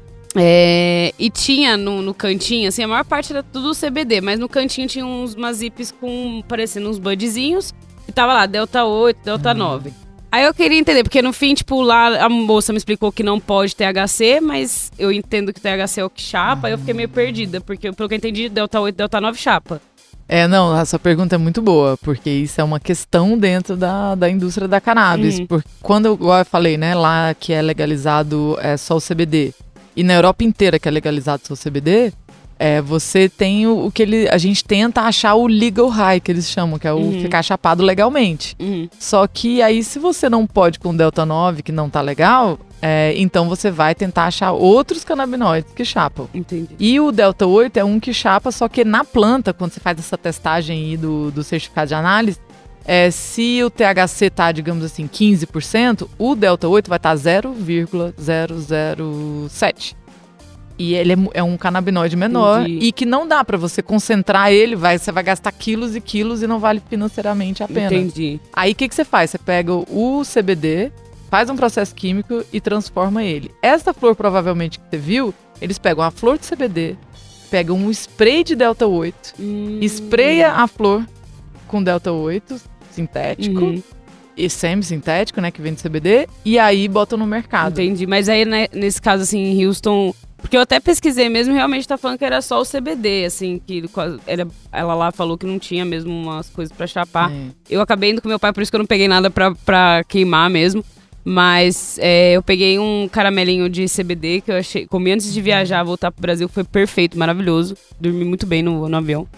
é, e tinha no, no cantinho, assim, a maior parte era tudo C B D, mas no cantinho tinha uns umas zips com, parecendo uns budzinhos, e tava lá, Delta oito, Delta nove. Aí eu queria entender, porque no fim, tipo, lá a moça me explicou que não pode T H C, mas eu entendo que T H C é o que chapa, aí eu fiquei meio perdida, porque pelo que eu entendi, Delta oito, Delta nove chapa. É, não, a sua pergunta é muito boa, porque isso é uma questão dentro da, da indústria da cannabis. Uhum. Porque quando eu, igual eu falei, né, lá que é legalizado é só o C B D, e na Europa inteira que é legalizado só o C B D, é, você tem o, o que ele, a gente tenta achar o legal high, que eles chamam, que é o Uhum. ficar chapado legalmente. Uhum. Só que aí, se você não pode com o Delta nove, que não tá legal, é, então você vai tentar achar outros canabinoides que chapam. Entendi. E o Delta oito é um que chapa, só que na planta, quando você faz essa testagem aí do, do certificado de análise, é, se o T H C tá, digamos assim, quinze por cento, o Delta oito vai estar tá zero vírgula zero zero sete. E ele é, mu- é um canabinoide menor Entendi. e que não dá pra você concentrar ele, vai, você vai gastar quilos e quilos e não vale financeiramente a pena. Entendi. Aí o que, que você faz? Você pega o C B D, faz um processo químico e transforma ele. Essa flor, provavelmente, que você viu, eles pegam a flor de C B D, pegam um spray de Delta oito, Hum. espreia a flor com Delta oito, sintético, Uhum. e semi-sintético, né, que vem de C B D, e aí botam no mercado. Entendi. Mas aí, né, nesse caso, assim, em Houston... Porque eu até pesquisei mesmo, realmente tá falando que era só o C B D, assim, que quase- ela, ela lá falou que não tinha mesmo umas coisas pra chapar. É. Eu acabei indo com meu pai, por isso que eu não peguei nada pra, pra queimar mesmo. Mas é, eu peguei um caramelinho de C B D que eu achei... Comi antes de viajar, voltar pro Brasil, foi perfeito, maravilhoso. Dormi muito bem no, no avião.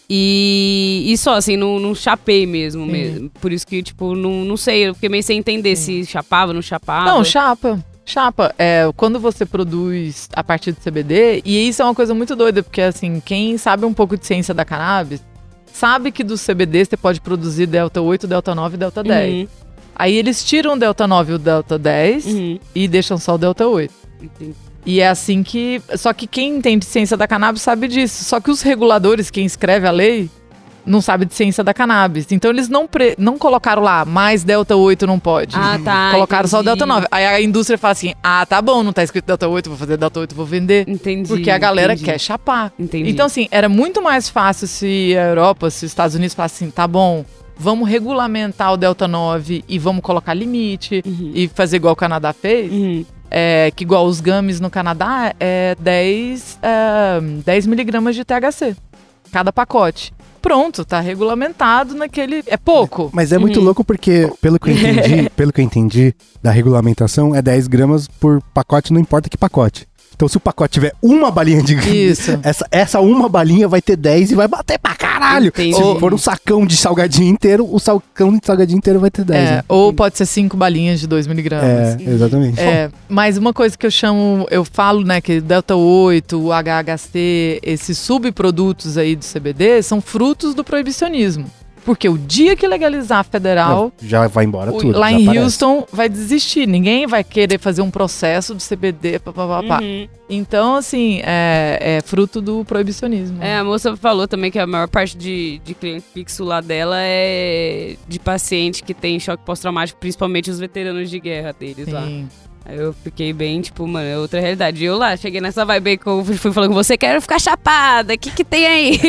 E, e só, assim, não, não chapei mesmo, Sim. mesmo. Por isso que, tipo, não, não sei, eu fiquei meio sem entender se chapava, não chapava. Não, chapa. Chapa, é, quando você produz a partir do C B D, e isso é uma coisa muito doida, porque assim, quem sabe um pouco de ciência da cannabis, sabe que do C B D você pode produzir Delta oito, Delta nove e Delta dez. Uhum, Aí eles tiram o Delta nove e o Delta dez uhum. e deixam só o Delta oito. Entendi. E é assim que... Só que quem entende ciência da cannabis sabe disso. Só que os reguladores, quem escreve a lei, não sabe de ciência da cannabis. Então eles não, pre- não colocaram lá, mais delta oito não pode. Ah, tá. Colocaram entendi. só o delta nove. Aí a indústria fala assim, ah, tá bom, não tá escrito delta oito, vou fazer delta oito, vou vender. Entendi. Porque a galera entendi. quer chapar. Entendi. Então assim, era muito mais fácil se a Europa, se os Estados Unidos falassem assim, tá bom, vamos regulamentar o delta nove e vamos colocar limite Uhum. e fazer igual o Canadá fez. Uhum. É, que igual os gummies no Canadá é dez, é, dez miligramas de T H C, cada pacote. Pronto, tá regulamentado naquele... É pouco. Mas é muito Uhum. louco porque, pelo que eu entendi, pelo que eu entendi da regulamentação, é dez gramas por pacote, não importa que pacote. Então, se o pacote tiver uma balinha de Isso. essa, essa uma balinha vai ter dez e vai bater pra caralho. Entendi. Se for um sacão de salgadinho inteiro, o sacão de salgadinho inteiro vai ter dez. É, né? ou pode ser cinco balinhas de dois miligramas. É, exatamente. É, mas uma coisa que eu chamo, eu falo, né, que delta oito, o H H C, esses subprodutos aí do C B D são frutos do proibicionismo. Porque o dia que legalizar federal, Não, já vai embora o- tudo. lá já em aparece. Houston vai desistir. Ninguém vai querer fazer um processo do C B D, papapá. Uhum. Então, assim, é, é fruto do proibicionismo. É, a moça falou também que a maior parte de, de cliente fixo lá dela é de paciente que tem choque pós-traumático, principalmente os veteranos de guerra deles lá. Sim. Aí eu fiquei bem, tipo, mano, é outra realidade. E eu lá, cheguei nessa vibe aí que eu fui falando com você, quero ficar chapada, o que que tem aí?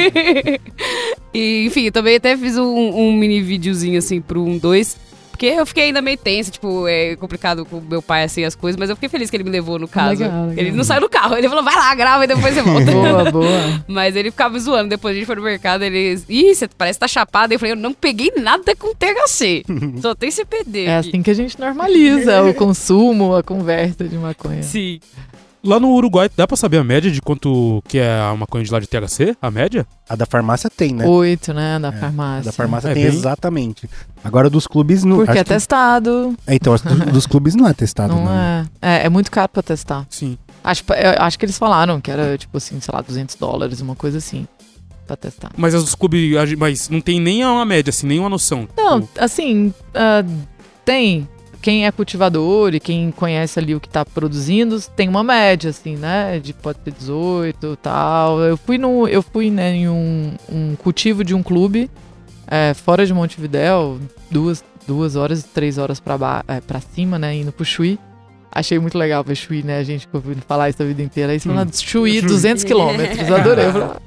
E, enfim, eu também até fiz um, um mini videozinho, assim, pro um dois, porque eu fiquei ainda meio tensa, tipo, é complicado com meu pai, assim, as coisas, mas eu fiquei feliz que ele me levou no caso. Legal, legal. Ele não saiu do carro, ele falou, vai lá, grava e depois você volta. Boa, boa. Mas ele ficava me zoando. Depois a gente foi no mercado, ele... Ih, você parece que tá chapado. Eu falei, eu não peguei nada com T H C. Só tem C B D É aqui. assim que a gente normaliza o consumo, a conversa de maconha. Sim. Lá no Uruguai, dá pra saber a média de quanto que é a maconha de lá de T H C? A média? A da farmácia tem, né? Oito, né, da A farmácia. da farmácia É tem bem- exatamente. Agora dos clubes não. Porque acho é que- testado, É, então, as do- dos clubes não é testado, não. não é. é. É muito caro pra testar. Sim. Acho, eu acho que eles falaram que era, tipo assim, sei lá, duzentos dólares, uma coisa assim, pra testar. Mas as dos clubes, a gente- mas não tem nem uma média, assim, nem uma noção. Não, Tipo, assim, ah, tem. Quem é cultivador e quem conhece ali o que tá produzindo, tem uma média, assim, né? De pode ter dezoito e tal. Eu fui, no, eu fui né, em um, um cultivo de um clube, é, fora de Montevidéu, duas, duas horas, três horas pra, ba- é, pra cima, né? Indo pro Chuí. Achei muito legal ver Chuí, né? A gente ficou ouvindo falar isso a vida inteira. Aí você falando, Chuí, duzentos quilômetros. Adorei. Eu falei,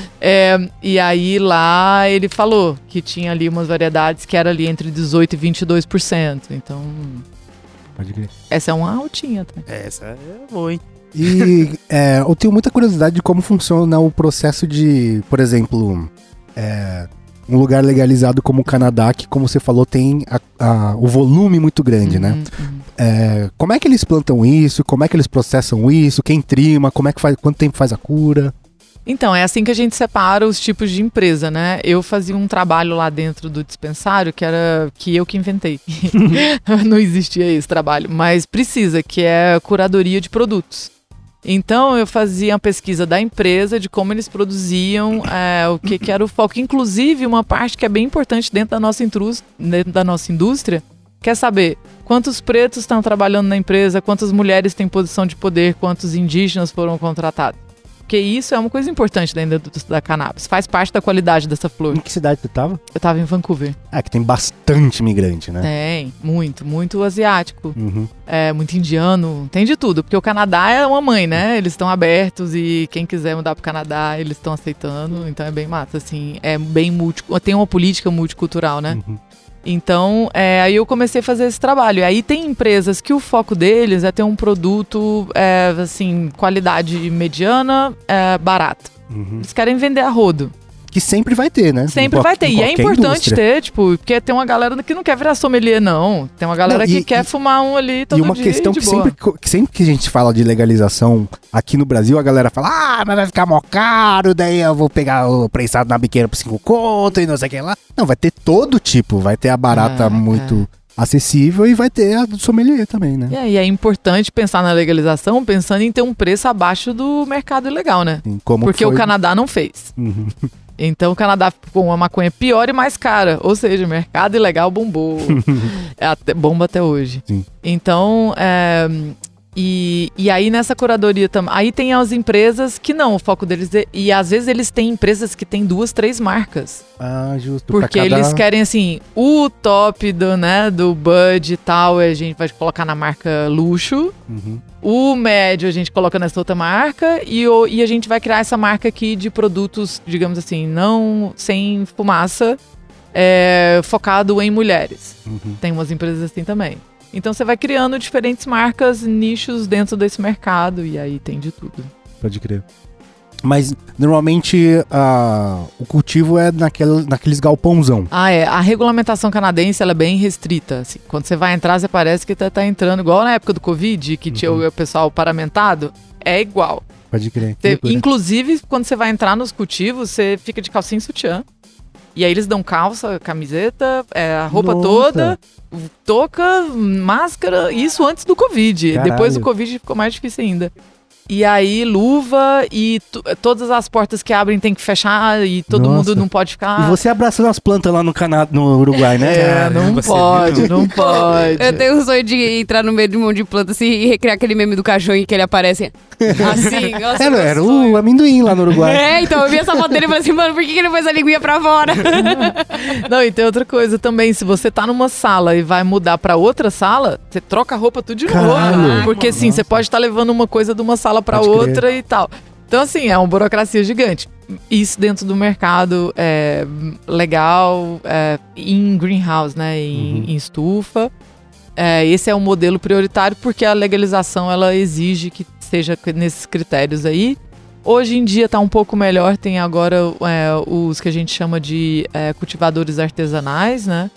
É, e aí lá ele falou que tinha ali umas variedades que era ali entre dezoito e vinte e dois por cento. Então, Pode crer. essa é uma altinha, tá? essa é boa, hein? E é, eu tenho muita curiosidade de como funciona o processo de, por exemplo, é, um lugar legalizado como o Canadá, que, como você falou, tem a- a- o volume muito grande, né? Uhum, uhum. É, como é que eles plantam isso? Como é que eles processam isso? Quem trima? Como é que faz? Quanto tempo faz a cura? Então, é assim que a gente separa os tipos de empresa, né? Eu fazia um trabalho lá dentro do dispensário que era que eu que inventei. Não existia esse trabalho, mas precisa, que é curadoria de produtos. Então, eu fazia uma pesquisa da empresa de como eles produziam, é, o que, que era o foco. Inclusive, uma parte que é bem importante dentro da nossa, intrus, dentro da nossa indústria, quer saber quantos pretos estão trabalhando na empresa, quantas mulheres têm posição de poder, quantos indígenas foram contratados. Porque isso é uma coisa importante dentro do- da cannabis. Faz parte da qualidade dessa flor. Em que cidade tu tava? Eu tava em Vancouver. Ah, que tem bastante imigrante, né? Tem, muito, muito asiático. Uhum. É, muito indiano. Tem de tudo. Porque o Canadá é uma mãe, né? Eles estão abertos e quem quiser mudar pro Canadá, eles estão aceitando. Então é bem massa, assim. É bem multi... Tem uma política multicultural, né? Uhum. Então, é, aí eu comecei a fazer esse trabalho. E aí tem empresas que o foco deles é ter um produto, é, assim, qualidade mediana, é, barato. Uhum. Eles querem vender a rodo. Que sempre vai ter, né? Sempre Em vai qual- ter. em E é qualquer importante indústria. ter, tipo, porque tem uma galera que não quer virar sommelier, não. Tem uma galera Não, e- que quer e- fumar um ali todo E uma dia questão de que boa. sempre, que sempre que a gente fala de legalização aqui no Brasil, a galera fala, ah, mas vai ficar mó caro, daí eu vou pegar o prensado na biqueira por cinco conto e não sei o que lá. Não, vai ter todo tipo, vai ter a barata É, muito acessível e vai ter a do sommelier também, né? E aí é importante pensar na legalização pensando em ter um preço abaixo do mercado ilegal, né? Assim, como Porque foi... o Canadá não fez. Uhum. Então o Canadá ficou com uma maconha pior e mais cara. Ou seja, o mercado ilegal bombou. É até, bomba até hoje. Sim. Então, é, E, e aí nessa curadoria também, aí tem as empresas que não, o foco deles é, e às vezes eles têm empresas que têm duas, três marcas. Ah, justo. Porque cada... eles querem assim, o top do, né, do Bud e tal, a gente vai colocar na marca luxo. Uhum. O médio a gente coloca nessa outra marca e, o, e a gente vai criar essa marca aqui de produtos, digamos assim, não sem fumaça, é, focado em mulheres. Uhum. Tem umas empresas assim também. Então você vai criando diferentes marcas, nichos dentro desse mercado e aí tem de tudo. Pode crer. Mas normalmente uh, o cultivo é naquele, naqueles galpãozão. Ah, é. A regulamentação canadense ela é bem restrita. Assim. Quando você vai entrar, você parece que tá, tá entrando igual na época do Covid, que uhum. tinha o pessoal paramentado. É igual. Pode crer. Você, inclusive, quando você vai entrar nos cultivos, você fica de calcinha e sutiã. E aí eles dão calça, camiseta, é, a roupa Nossa. toda, touca, máscara, isso antes do Covid. Caralho. Depois do Covid ficou mais difícil ainda. E aí luva e t- todas as portas que abrem tem que fechar e todo Nossa. mundo não pode ficar... E você abraçando as plantas lá no, Cana- no Uruguai, né? É, não você pode, viu? não pode. Eu tenho o sonho de entrar no meio de um monte de planta assim, e recriar aquele meme do cachorro em que ele aparece assim. Nossa, era era o amendoim lá no Uruguai. É, então eu vi essa foto dele e falei assim, mano, por que ele pôs a linguinha pra fora? Não, e tem outra coisa também, se você tá numa sala e vai mudar pra outra sala, você troca a roupa tudo de Caralho. novo. Porque assim, você pode estar tá levando uma coisa de uma sala pra Pode outra crer. e tal. Então assim, é uma burocracia gigante. Isso dentro do mercado é legal, é, em greenhouse, né, em, uhum. em estufa. É, esse é o modelo prioritário porque a legalização ela exige que seja nesses critérios aí. Hoje em dia está um pouco melhor, tem agora é, os que a gente chama de é, cultivadores artesanais, né?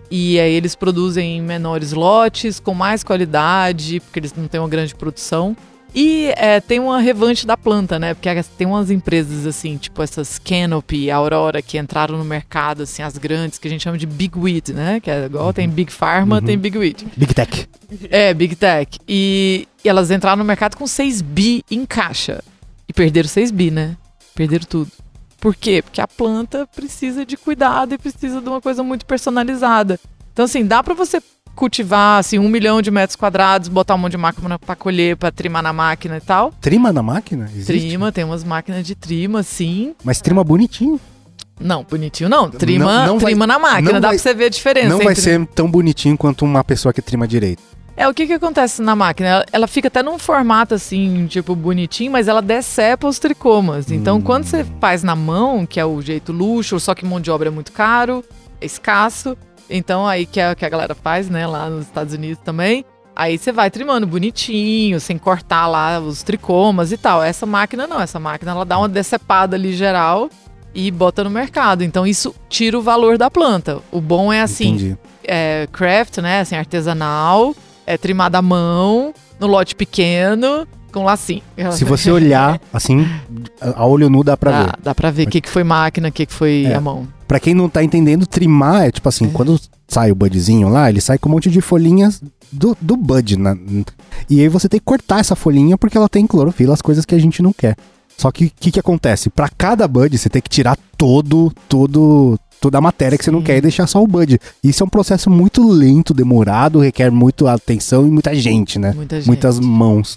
E aí eles produzem em menores lotes, com mais qualidade, porque eles não têm uma grande produção. E é, tem uma revanche da planta, né? Porque tem umas empresas assim, tipo essas Canopy, Aurora, que entraram no mercado, assim, as grandes, que a gente chama de Big Weed, né? Que é igual uhum. tem Big Pharma, uhum. tem Big Weed. Big Tech. É, Big Tech. E, e elas entraram no mercado com seis bi em caixa. E perderam seis bi, né? Perderam tudo. Por quê? Porque a planta precisa de cuidado e precisa de uma coisa muito personalizada. Então, assim, dá pra você cultivar, assim, um milhão de metros quadrados, botar um monte de máquina pra colher, pra trimar na máquina e tal. Trima na máquina? Existe? Trima, tem umas máquinas de trima, sim. Mas trima bonitinho. Não, bonitinho não. Trima, não, não trima vai, na máquina, dá vai, pra você ver a diferença. Não entre... vai ser tão bonitinho quanto uma pessoa que trima direito. É, o que que acontece na máquina? Ela, ela fica até num formato assim, tipo, bonitinho, mas ela decepa os tricomas. Então, hum. quando você faz na mão, que é o jeito luxo, só que mão de obra é muito caro, é escasso. Então, aí que é o que a galera faz, né, lá nos Estados Unidos também. Aí você vai trimando bonitinho, sem cortar lá os tricomas e tal. Essa máquina não, essa máquina ela dá uma decepada ali geral e bota no mercado. Então, isso tira o valor da planta. O bom é assim, é, craft, né, assim, artesanal, é trimada à mão, no lote pequeno, com lacinho. Se você olhar, assim, a olho nu dá pra dá, ver. Dá pra ver o que, que foi máquina, o que, que foi é. a mão. Pra quem não tá entendendo, trimar é tipo assim, é. quando sai o budzinho lá, ele sai com um monte de folhinhas do, do bud. Na, e aí você tem que cortar essa folhinha porque ela tem clorofila, as coisas que a gente não quer. Só que o que, que acontece? Pra cada bud, você tem que tirar todo, todo, toda a matéria que Sim. você não quer e deixar só o bud. Isso é um processo muito lento, demorado, requer muita atenção e muita gente, né? Muita gente. Muitas mãos.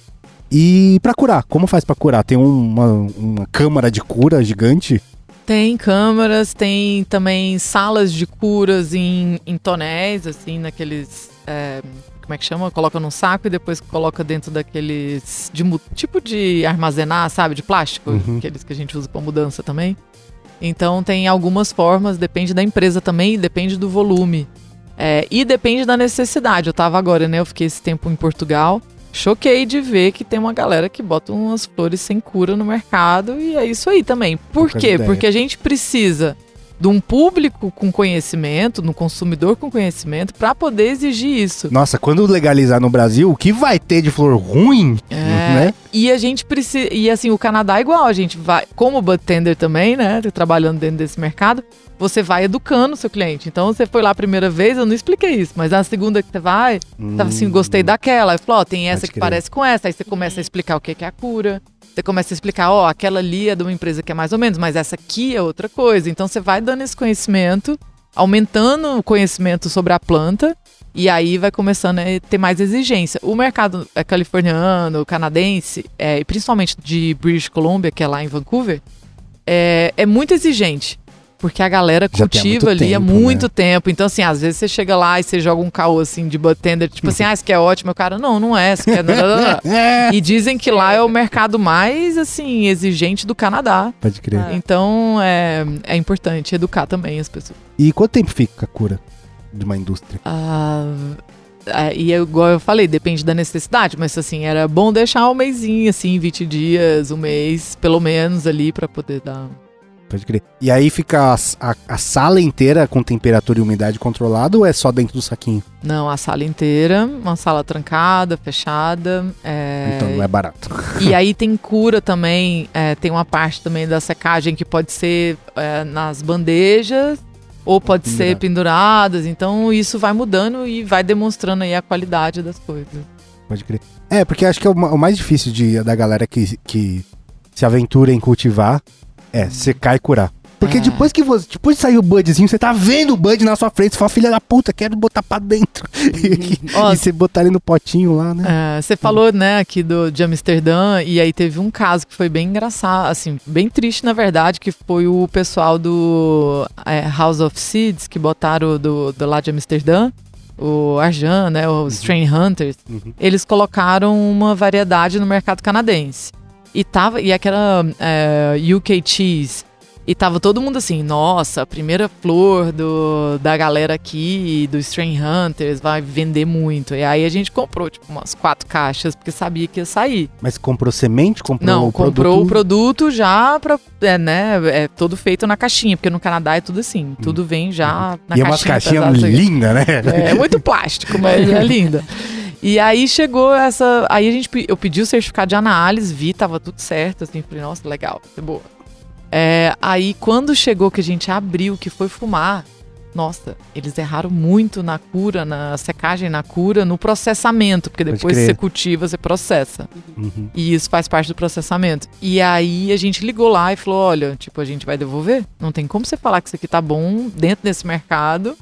E pra curar, como faz pra curar? Tem uma, uma câmara de cura gigante? Tem câmaras, tem também salas de curas em, em tonéis, assim, naqueles... É, como é que chama? Coloca num saco e depois coloca dentro daqueles... De, tipo de armazenar, sabe? De plástico, uhum. aqueles que a gente usa pra mudança também. Então tem algumas formas, depende da empresa também, depende do volume. É, e depende da necessidade. Eu tava agora, né? Eu fiquei esse tempo em Portugal. Choquei de ver que tem uma galera que bota umas flores sem cura no mercado e é isso aí também. Por Pouca quê? Ideia. Porque a gente precisa de um público com conhecimento, no consumidor com conhecimento, para poder exigir isso. Nossa, quando legalizar no Brasil, o que vai ter de flor ruim, é, né? E a gente precisa... E assim, o Canadá é igual, a gente vai... Como bartender também, né? Trabalhando dentro desse mercado, você vai educando o seu cliente. Então, você foi lá a primeira vez, eu não expliquei isso, mas na segunda que você vai, hum, tava assim, gostei daquela. Aí falou, ó, tem essa que crer. parece com essa. Aí você começa a explicar o que é a cura. Você começa a explicar, ó, aquela ali é de uma empresa que é mais ou menos, mas essa aqui é outra coisa. Então, você vai dando esse conhecimento, aumentando o conhecimento sobre a planta E aí vai começando a ter mais exigência. O mercado é, californiano, canadense, é, e principalmente de British Columbia, que é lá em Vancouver, é, é muito exigente. Porque a galera Já cultiva ali tempo, há muito né? tempo. Então, assim, às vezes você chega lá e você joga um caô, assim, de bartender, tipo assim, ah, isso aqui é ótimo. O cara, não, não é, isso aqui é... E dizem que lá é o mercado mais, assim, exigente do Canadá. Pode crer. Ah. Então, é, é importante educar também as pessoas. E quanto tempo fica a cura de uma indústria? Ah, é, e é igual eu falei, depende da necessidade. Mas, assim, era bom deixar um mêsinho, assim, vinte dias, um mês, pelo menos ali, pra poder dar... Pode crer. E aí fica a, a, a sala inteira com temperatura e umidade controlada ou é só dentro do saquinho? Não, a sala inteira, uma sala trancada, fechada. É... Então não é barato. E aí tem cura também, é, tem uma parte também da secagem que pode ser é, nas bandejas ou pode Pendurado. ser penduradas. Então isso vai mudando e vai demonstrando aí a qualidade das coisas. Pode crer. É, porque acho que é o, ma- o mais difícil de, da galera que, que se aventura em cultivar é secar e curar. Porque É. depois que você, depois de sair o budzinho, você tá vendo o bud na sua frente, você fala, filha da puta, quero botar pra dentro. e, Ó, e você botar ele no potinho lá, né? É, você falou, né, aqui do, de Amsterdã, e aí teve um caso que foi bem engraçado, assim, bem triste, na verdade, que foi o pessoal do é, House of Seeds, que botaram do, do lá de Amsterdã, o Arjan, né, os Strain Hunters, Uhum. eles colocaram uma variedade no mercado canadense. E tava, e aquela é, U K Cheese, e tava todo mundo assim, nossa, a primeira flor do, da galera aqui, do Strain Hunters, vai vender muito. E aí a gente comprou, tipo, umas quatro caixas, porque sabia que ia sair. Mas comprou semente? Comprou Não, o comprou produto? o produto já pra, é, né, é todo feito na caixinha, porque no Canadá é tudo assim, tudo vem já na E é caixinha. umas caixinhas pesada, assim. lindas, né? É muito plástico, mas é linda. E aí chegou essa... Aí a gente, pe- eu pedi o certificado de análise, vi, tava tudo certo, assim, falei, nossa, legal, tá boa. É, aí quando chegou que a gente abriu, que foi fumar, nossa, eles erraram muito na cura, na secagem, na cura, no processamento, porque Pode depois crer. você cultiva, você processa. Uhum. E isso faz parte do processamento. E aí a gente ligou lá e falou, olha, tipo, a gente vai devolver. Não tem como você falar que isso aqui tá bom dentro desse mercado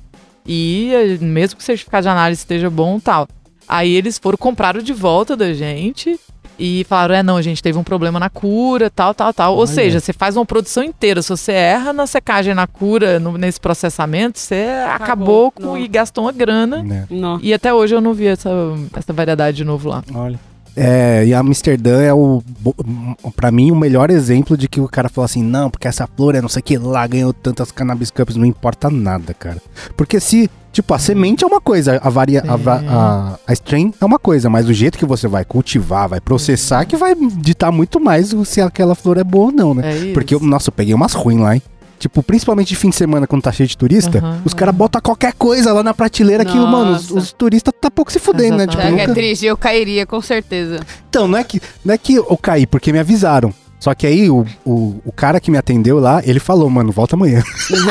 e eh, mesmo que o certificado de análise esteja bom e tal. Aí eles foram, compraram de volta da gente e falaram, é, não, a gente teve um problema na cura, tal, tal, tal. Ou Olha. seja, você faz uma produção inteira. Se você erra na secagem, na cura, no- nesse processamento, você acabou com, Não. e gastou uma grana. Né? Não. E até hoje eu não vi essa, essa variedade de novo lá. Olha. É, e Amsterdã é o, bo- pra mim, o melhor exemplo de que o cara falou assim, não, porque essa flor é não sei o que lá, ganhou tantas Cannabis Cups, não importa nada, cara. Porque se, tipo, a semente é uma coisa, a, varia, a, va- a, a strain é uma coisa, mas o jeito que você vai cultivar, vai processar, que vai ditar muito mais se aquela flor é boa ou não, né? É isso. Porque, eu, nossa, eu peguei umas ruins lá, hein? Tipo, principalmente de fim de semana, quando tá cheio de turista, Aham, os caras botam qualquer coisa lá na prateleira que, mano, os, Nossa. os turistas tá pouco se fudendo, né? Tipo, Exatamente. É, que é nunca... triste, eu cairia, com certeza. Então, não é, que, não é que eu caí, porque me avisaram. Só que aí, o, o, o cara que me atendeu lá, ele falou, mano, volta amanhã.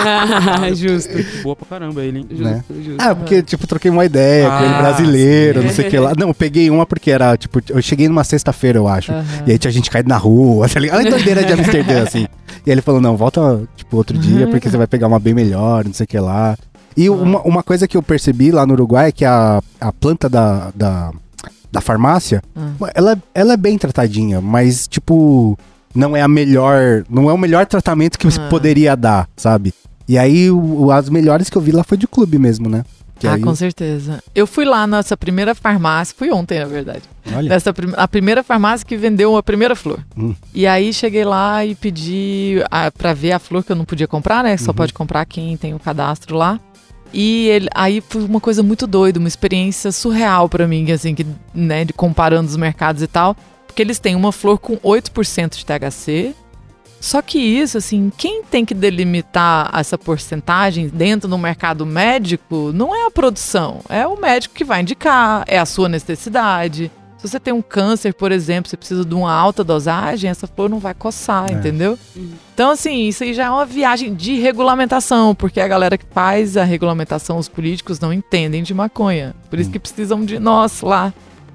Justo. Boa pra caramba ele, hein? Justo, Né? justo. Ah, porque, tipo, troquei uma ideia com ele Ah, brasileiro, sim. não sei o que lá. Não, eu peguei uma porque era, tipo, eu cheguei numa sexta-feira, eu acho. Aham. E aí tinha gente caído na rua, tá ligado? Olha a doideira de Amsterdã, assim. E aí ele falou, não, volta, tipo, outro dia, porque você vai pegar uma bem melhor, não sei o que lá. E uma, uma coisa que eu percebi lá no Uruguai é que a, a planta da, da, da farmácia, Ah. ela, ela é bem tratadinha, mas, tipo, não é a melhor, não é o melhor tratamento que você Ah. poderia dar, sabe? E aí, o, as melhores que eu vi lá foi de clube mesmo, né? Que Ah, aí, com certeza. Eu fui lá nessa primeira farmácia, fui ontem, na verdade. olha, Nessa prim- a primeira farmácia que vendeu a primeira flor. Hum. E aí cheguei lá e pedi a, pra ver a flor que eu não podia comprar, né? Só Uhum. pode comprar quem tem o cadastro lá. E ele, aí foi uma coisa muito doida, uma experiência surreal pra mim, assim, que, né, de comparando os mercados e tal. Porque eles têm uma flor com oito por cento de T H C. Só que isso, assim, quem tem que delimitar essa porcentagem dentro do mercado médico não é a produção, é o médico que vai indicar, é a sua necessidade. Se você tem um câncer, por exemplo, você precisa de uma alta dosagem, essa flor não vai coçar, É. entendeu? Uhum. Então, assim, isso aí já é uma viagem de regulamentação, porque a galera que faz a regulamentação, os políticos não entendem de maconha. Por isso Hum. que precisam de nós lá.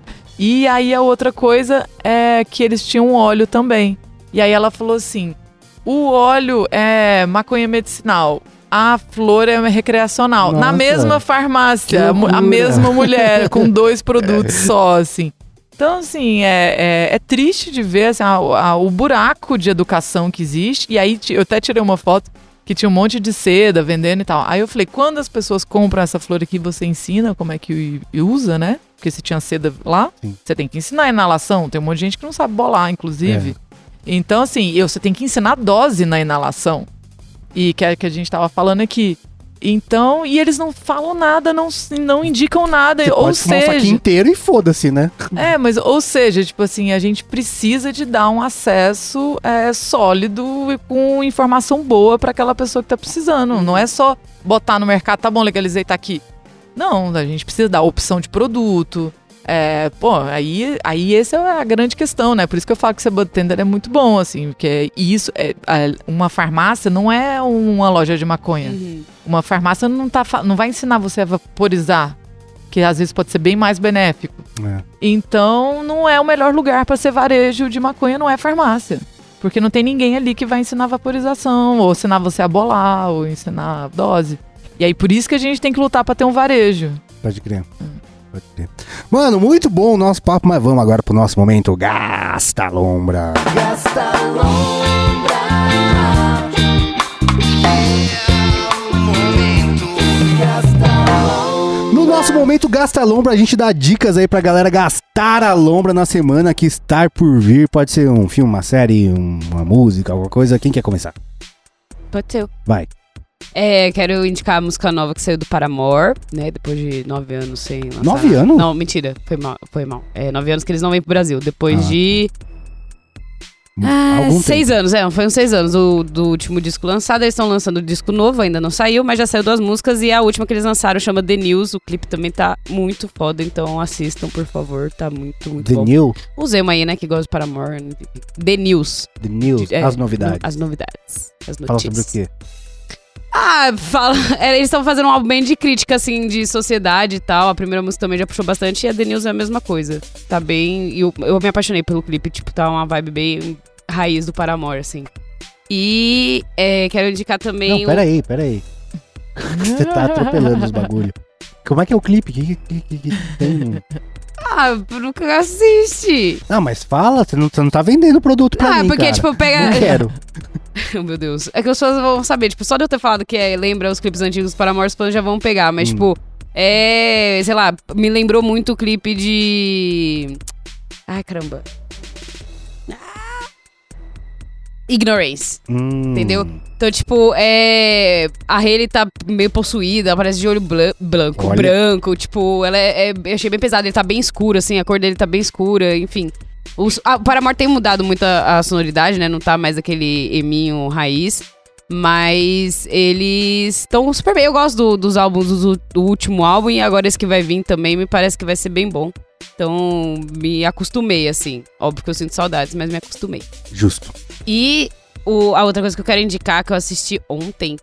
E aí a outra coisa é que eles tinham um óleo também. E aí ela falou assim, o óleo é maconha medicinal. a flor é recreacional. Nossa, na mesma farmácia, a mesma mulher, com dois produtos só, assim. Então, assim, é, é, é triste de ver assim, a, a, o buraco de educação que existe. E aí, eu até tirei uma foto que tinha um monte de seda vendendo e tal. Aí eu falei, quando as pessoas compram essa flor aqui, você ensina como é que usa, né? Porque se tinha seda lá, Sim. você tem que ensinar a inalação. Tem um monte de gente que não sabe bolar, inclusive. É. Então, assim, eu, você tem que ensinar a dose na inalação. E que é que a gente tava falando aqui. Então, e eles não falam nada, não, não indicam nada, Você ou pode fumar seja... um saquinho inteiro e foda-se, né? É, mas, ou seja, tipo assim, a gente precisa de dar um acesso é, sólido e com informação boa para aquela pessoa que tá precisando. Não é só botar no mercado, tá bom, legalizei, tá aqui. Não, a gente precisa dar opção de produto. É, pô, aí, aí essa é a grande questão, né? Por isso que eu falo que ser bartender é muito bom, assim, porque isso, é, uma farmácia não é uma loja de maconha. Uhum. Uma farmácia não, tá, não vai ensinar você a vaporizar, que às vezes pode ser bem mais benéfico. É. Então, não é o melhor lugar para ser varejo de maconha, não é farmácia. Porque não tem ninguém ali que vai ensinar vaporização, ou ensinar você a bolar, ou ensinar a dose. E aí, por isso que a gente tem que lutar para ter um varejo. Pode crer. Hum. Mano, muito bom o nosso papo, mas vamos agora pro nosso momento Gasta Lombra. Gasta Lombra. É o momento Gasta Lombra. No nosso momento Gasta Lombra, a gente dá dicas aí pra galera gastar a lombra na semana que está por vir. Pode ser um filme, uma série, uma música, alguma coisa. Quem quer começar? Pode ser. Vai. É, quero indicar a música nova que saiu do Paramore, né? Depois de nove anos sem lançar. Nove nada. anos? Não, mentira, foi mal. Foi mal. É, nove anos que eles não vêm pro Brasil. Depois ah, de. Ah, Algum seis tempo. anos, é, foi uns seis anos do, do último disco lançado. Eles estão lançando o disco novo, ainda não saiu, mas já saiu duas músicas. E a última que eles lançaram chama The News. O clipe também tá muito foda, então assistam, por favor. Tá muito, muito The bom. The News? O Zema aí, né, que gosta de Paramore. The News. The News, é, as novidades. As novidades. As notícias. Fala sobre o quê? Ah, fala, eles estão fazendo um álbum bem de crítica, assim, de sociedade e tal. A primeira música também já puxou bastante e a The News é a mesma coisa. Tá bem... Eu, eu me apaixonei pelo clipe, tipo, tá uma vibe bem raiz do Paramore, assim. E é, quero indicar também... Não, peraí, peraí. Você tá atropelando os bagulho. Como é que é o clipe? O que, que, que, que tem? Ah, nunca assiste. Ah, mas fala, você não, você não tá vendendo o produto pra ah, mim, Ah, porque, cara. tipo, pega... Não quero. Meu Deus. É que as pessoas vão saber, tipo, só de eu ter falado que é, lembra os clipes antigos do Paramore, os fãs já vão pegar. Mas, hum. tipo, é... Sei lá, me lembrou muito o clipe de... Ai, caramba. Ah. Ignorance. Hum. Entendeu? Então, tipo, é... A Hayley tá meio possuída, ela parece de olho blan- branco, Olha. branco. Tipo, ela é, é... Eu achei bem pesado, ele tá bem escuro, assim, a cor dele tá bem escura, enfim... O ah, Paramore tem mudado muito a, a sonoridade, né? Não tá mais aquele eminho raiz. Mas eles estão super bem. Eu gosto do, dos álbuns do, do último álbum. E agora esse que vai vir também me parece que vai ser bem bom. Então me acostumei, assim. Óbvio que eu sinto saudades, mas me acostumei. Justo. E o, a outra coisa que eu quero indicar, que eu assisti ontem,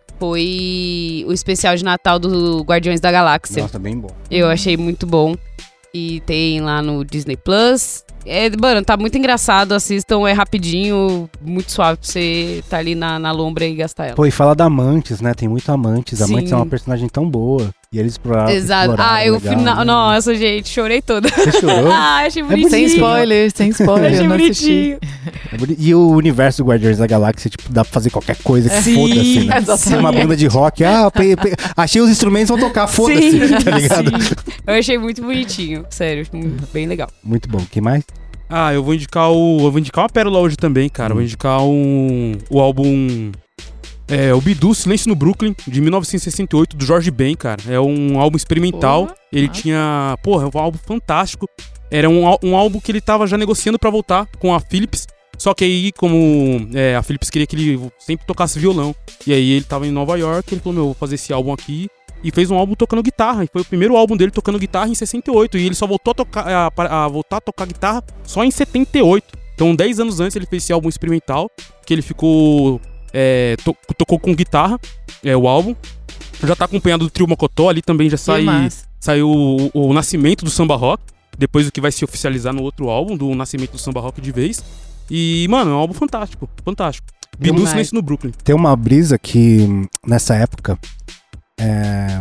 foi o especial de Natal do Guardiões da Galáxia. Nossa, bem bom. Eu achei muito bom. E tem lá no Disney Plus. É, mano, tá muito engraçado, assistam, é rapidinho, muito suave pra você tá ali na, na lombra e gastar ela. Pô, e fala da Amantes, né? Tem muito Amantes. Sim. Amantes é uma personagem tão boa. E eles exploraram. Exato. Ah, eu final. Né? Nossa, gente, chorei toda. Você chorou? Ah, achei bonitinho. É sem spoiler, sem spoiler. Achei eu não bonitinho. É boni- e o universo do Guardiões da Galáxia, tipo, dá pra fazer qualquer coisa que Sim, foda-se, né? exatamente. Se é uma banda de rock, ah, pe- pe- achei os instrumentos, vão tocar, foda-se, Sim, tá ligado? sim. Eu achei muito bonitinho, sério, bem legal. Muito bom. Quem mais? Ah, eu vou indicar o. Eu vou indicar uma pérola hoje também, cara. Hum. Vou indicar um, o álbum. É, o Bidu, Silêncio no Brooklyn, de mil novecentos e sessenta e oito, do Jorge Ben, cara. É um álbum experimental. Porra, ele ah. tinha. Porra, é um álbum fantástico. Era um, um álbum que ele tava já negociando pra voltar com a Philips. Só que aí, como é, a Philips queria que ele sempre tocasse violão. E aí ele tava em Nova York, ele falou: meu, vou fazer esse álbum aqui. E fez um álbum tocando guitarra. E foi o primeiro álbum dele tocando guitarra em sessenta e oito. E ele só voltou a, tocar, a, a voltar a tocar guitarra só em setenta e oito. Então, dez anos antes, ele fez esse álbum experimental. Que ele ficou... É, to, tocou com guitarra, é, o álbum. Já tá acompanhado do Trio Mocotó. Ali também já sai, saiu o, o nascimento do samba rock. Depois do que vai se oficializar no outro álbum, do nascimento do samba rock de vez. E, mano, é um álbum fantástico. Fantástico. Bidu Silêncio no Brooklyn. Tem uma brisa que, nessa época, é...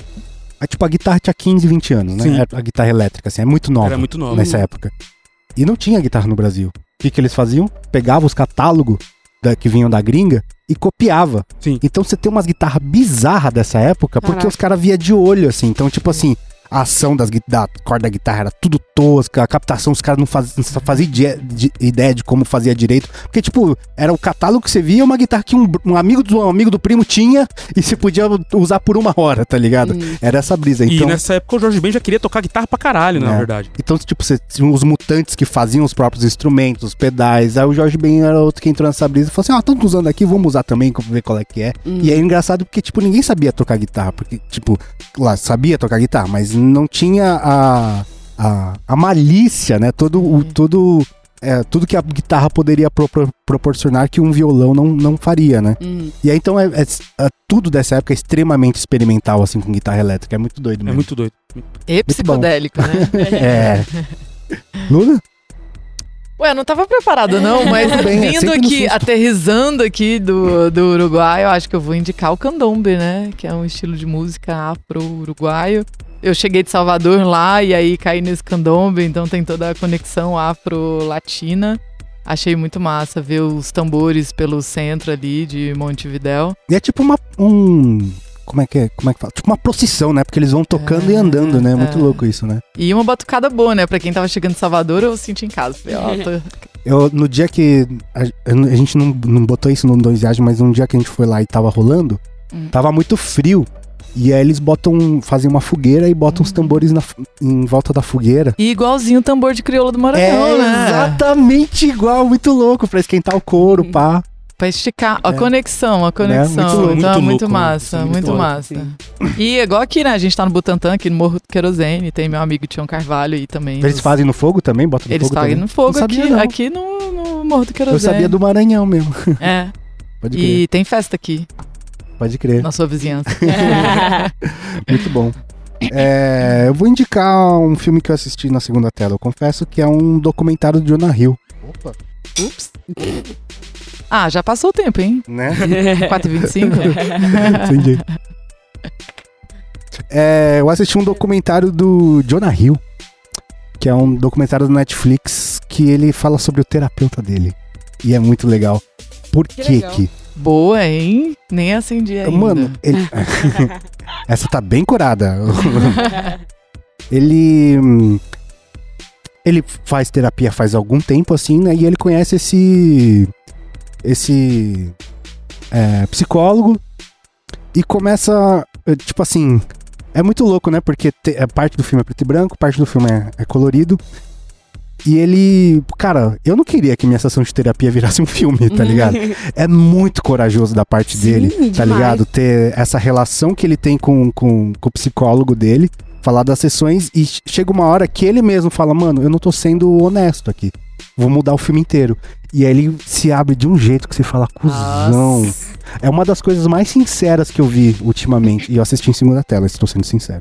é tipo, a guitarra tinha quinze, vinte anos, né? Sim. A guitarra elétrica, assim, é muito nova. Era muito nova. Nessa época. E não tinha guitarra no Brasil. O que, que eles faziam? Pegavam os catálogos da, que vinham da gringa e copiava. Sim. Então você tem umas guitarras bizarras dessa época, porque Caraca. os caras via de olho, assim. Então, tipo assim, a ação das, da corda da guitarra era tudo tosca, a captação os caras não faziam não fazia ide- de, ideia de como fazia direito. Porque, tipo, era o catálogo que você via, uma guitarra que um, um, amigo, do, um amigo do primo tinha e você podia usar por uma hora, tá ligado? Hum. Era essa brisa. Então, E nessa época o Jorge Ben já queria tocar guitarra pra caralho, É. na verdade. então, tipo, você tinha os mutantes que faziam os próprios instrumentos, os pedais. Aí o Jorge Ben era outro que entrou nessa brisa e falou assim: ó, ah, estamos usando aqui, vamos usar também, vamos ver qual é que é. Hum. E é engraçado porque, tipo, ninguém sabia tocar guitarra. Porque, tipo, lá, sabia tocar guitarra, mas não tinha a, a, a malícia, né? Todo o. Todo, é, tudo que a guitarra poderia pro, pro, proporcionar que um violão não, não faria, né? Hum. E aí, então, é, é- é- tudo dessa época é extremamente experimental, assim, com guitarra elétrica. É muito doido É mesmo. muito doido. E psicodélico, né? É. Luna? Ué, não tava preparado não, mas Tudo bem, é vindo sempre no aqui, susto. aterrissando aqui do, do Uruguai, eu acho que eu vou indicar o candombe, né? Que é um estilo de música afro-uruguaio. Eu cheguei de Salvador lá e aí caí nesse candombe, então tem toda a conexão afro-latina. Achei muito massa ver os tambores pelo centro ali de Montevidéu. E é tipo uma. Um. Como é que é? Como é que fala? Tipo uma procissão, né? Porque eles vão tocando e andando, né? Muito é. louco isso, né? E uma batucada boa, né? Pra quem tava chegando de Salvador, eu senti em casa. Falei, ó, tô... Eu, no dia que. A, a gente não, não botou isso no Dois Viagens, mas um dia que a gente foi lá e tava rolando, Hum. tava muito frio. E aí eles botam. Fazem uma fogueira e botam os tambores na, em volta da fogueira. E igualzinho o tambor de crioula do Maranhão, é né? exatamente igual, muito louco, pra esquentar o couro, pá. Pra esticar. A É. conexão, a conexão. Muito louco. Então é Muito muito louco, massa, né? muito Muito massa. sim. E igual aqui, né? A gente tá no Butantã, aqui no Morro do Querosene. Tem meu amigo Tião Carvalho aí também. Eles nos- fazem no fogo também? Botam no Eles fogo fazem também? no fogo Não sabia, aqui, não. aqui no, no Morro do Querosene. Eu sabia do Maranhão mesmo. É. Pode crer. E tem festa aqui, Pode crer. na sua vizinhança. Muito bom. É, eu vou indicar um filme que eu assisti na segunda tela. Eu confesso que é um documentário do Jonah Hill. Opa. Ups. Ah, já passou o tempo, hein? Né? quatro e vinte e cinco. Entendi. É, eu assisti um documentário do Jonah Hill, que é um documentário do Netflix que ele fala sobre o terapeuta dele. E é muito legal. Por que Que legal. que... Boa, hein? Nem acendi ainda. Mano, ele... essa tá bem curada. ele... hum, Ele faz terapia faz algum tempo, assim, né? E ele conhece esse... Esse... é, psicólogo. E começa... eh, Tipo assim... É muito louco, né? Porque te- é, parte do filme é preto e branco, parte do filme é, é colorido. E ele... Cara, eu não queria que minha sessão de terapia virasse um filme, tá ligado? É muito corajoso da parte Sim, dele, tá demais. ligado? Ter essa relação que ele tem com, com, com o psicólogo dele, falar das sessões, e ch- chega uma hora que ele mesmo fala, mano, eu não tô sendo honesto aqui. Vou mudar o filme inteiro. E aí ele se abre de um jeito que você fala, cuzão. Nossa. É uma das coisas mais sinceras que eu vi ultimamente. E eu assisti em segunda tela, estou sendo sincero.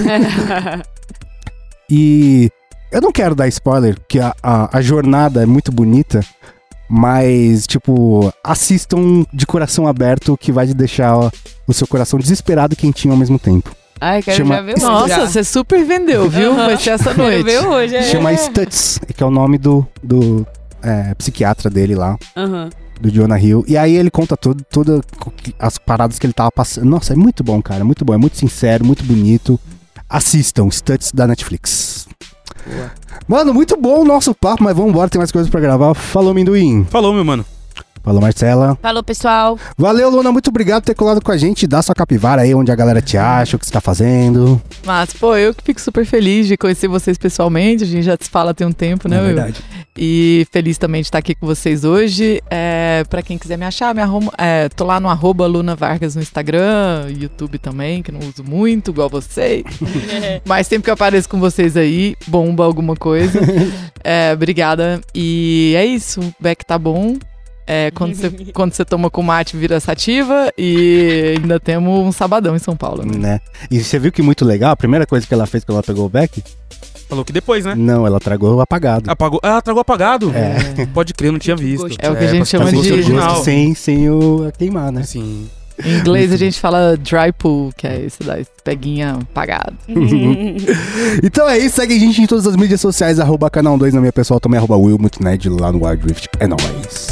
E eu não quero dar spoiler, porque a, a, a jornada é muito bonita, mas, tipo, assistam de coração aberto, que vai te deixar ó, o seu coração desesperado e quentinho ao mesmo tempo. Ai, quero Chama- já ver hoje. Nossa, já. você super vendeu, viu? Aham. Vai ser essa Quero noite. ver hoje. É. Chama Stutz, que é o nome do, do é, psiquiatra dele lá, Aham. do Jonah Hill. E aí ele conta tudo, todas as paradas que ele tava passando. Nossa, é muito bom, cara, é muito bom, é muito sincero, muito bonito. Assistam, Stutz da Netflix. Mano, muito bom o nosso papo, mas vamos embora, tem mais coisas pra gravar. Falou, Minduim. Falou, meu mano. Falou, Marcela. Falou, pessoal. Valeu, Luna, muito obrigado por ter colado com a gente. Dá sua capivara aí, onde a galera te acha, o que você tá fazendo. Mas, pô, eu que fico super feliz de conhecer vocês pessoalmente. A gente já se fala tem um tempo, né, É Will? verdade. E feliz também de estar aqui com vocês hoje. É, pra quem quiser me achar, me arruma, é, tô lá no arroba Luna Vargas no Instagram, YouTube também, que não uso muito, igual vocês. Mas sempre que eu apareço com vocês aí, bomba alguma coisa. É, obrigada. E é isso, o Beck tá bom. É, quando você quando você toma com mate, vira sativa. E ainda temos um sabadão em São Paulo, né? Né? E você viu que muito legal, a primeira coisa que ela fez quando ela pegou o Beck Falou que depois, né? Não, ela tragou apagado. Apagou. Ah, tragou apagado? É. Pode crer, não tinha visto. É o que a gente chama gosto de- original. Sem, sem o queimar, né? Sim. Em inglês a gente fala dry pool, que é esse da peguinha apagado. Então é isso, segue a gente em todas as mídias sociais, arroba canal dois na minha pessoal, também arroba Will muito nerd lá no Wild Rift. É nóis.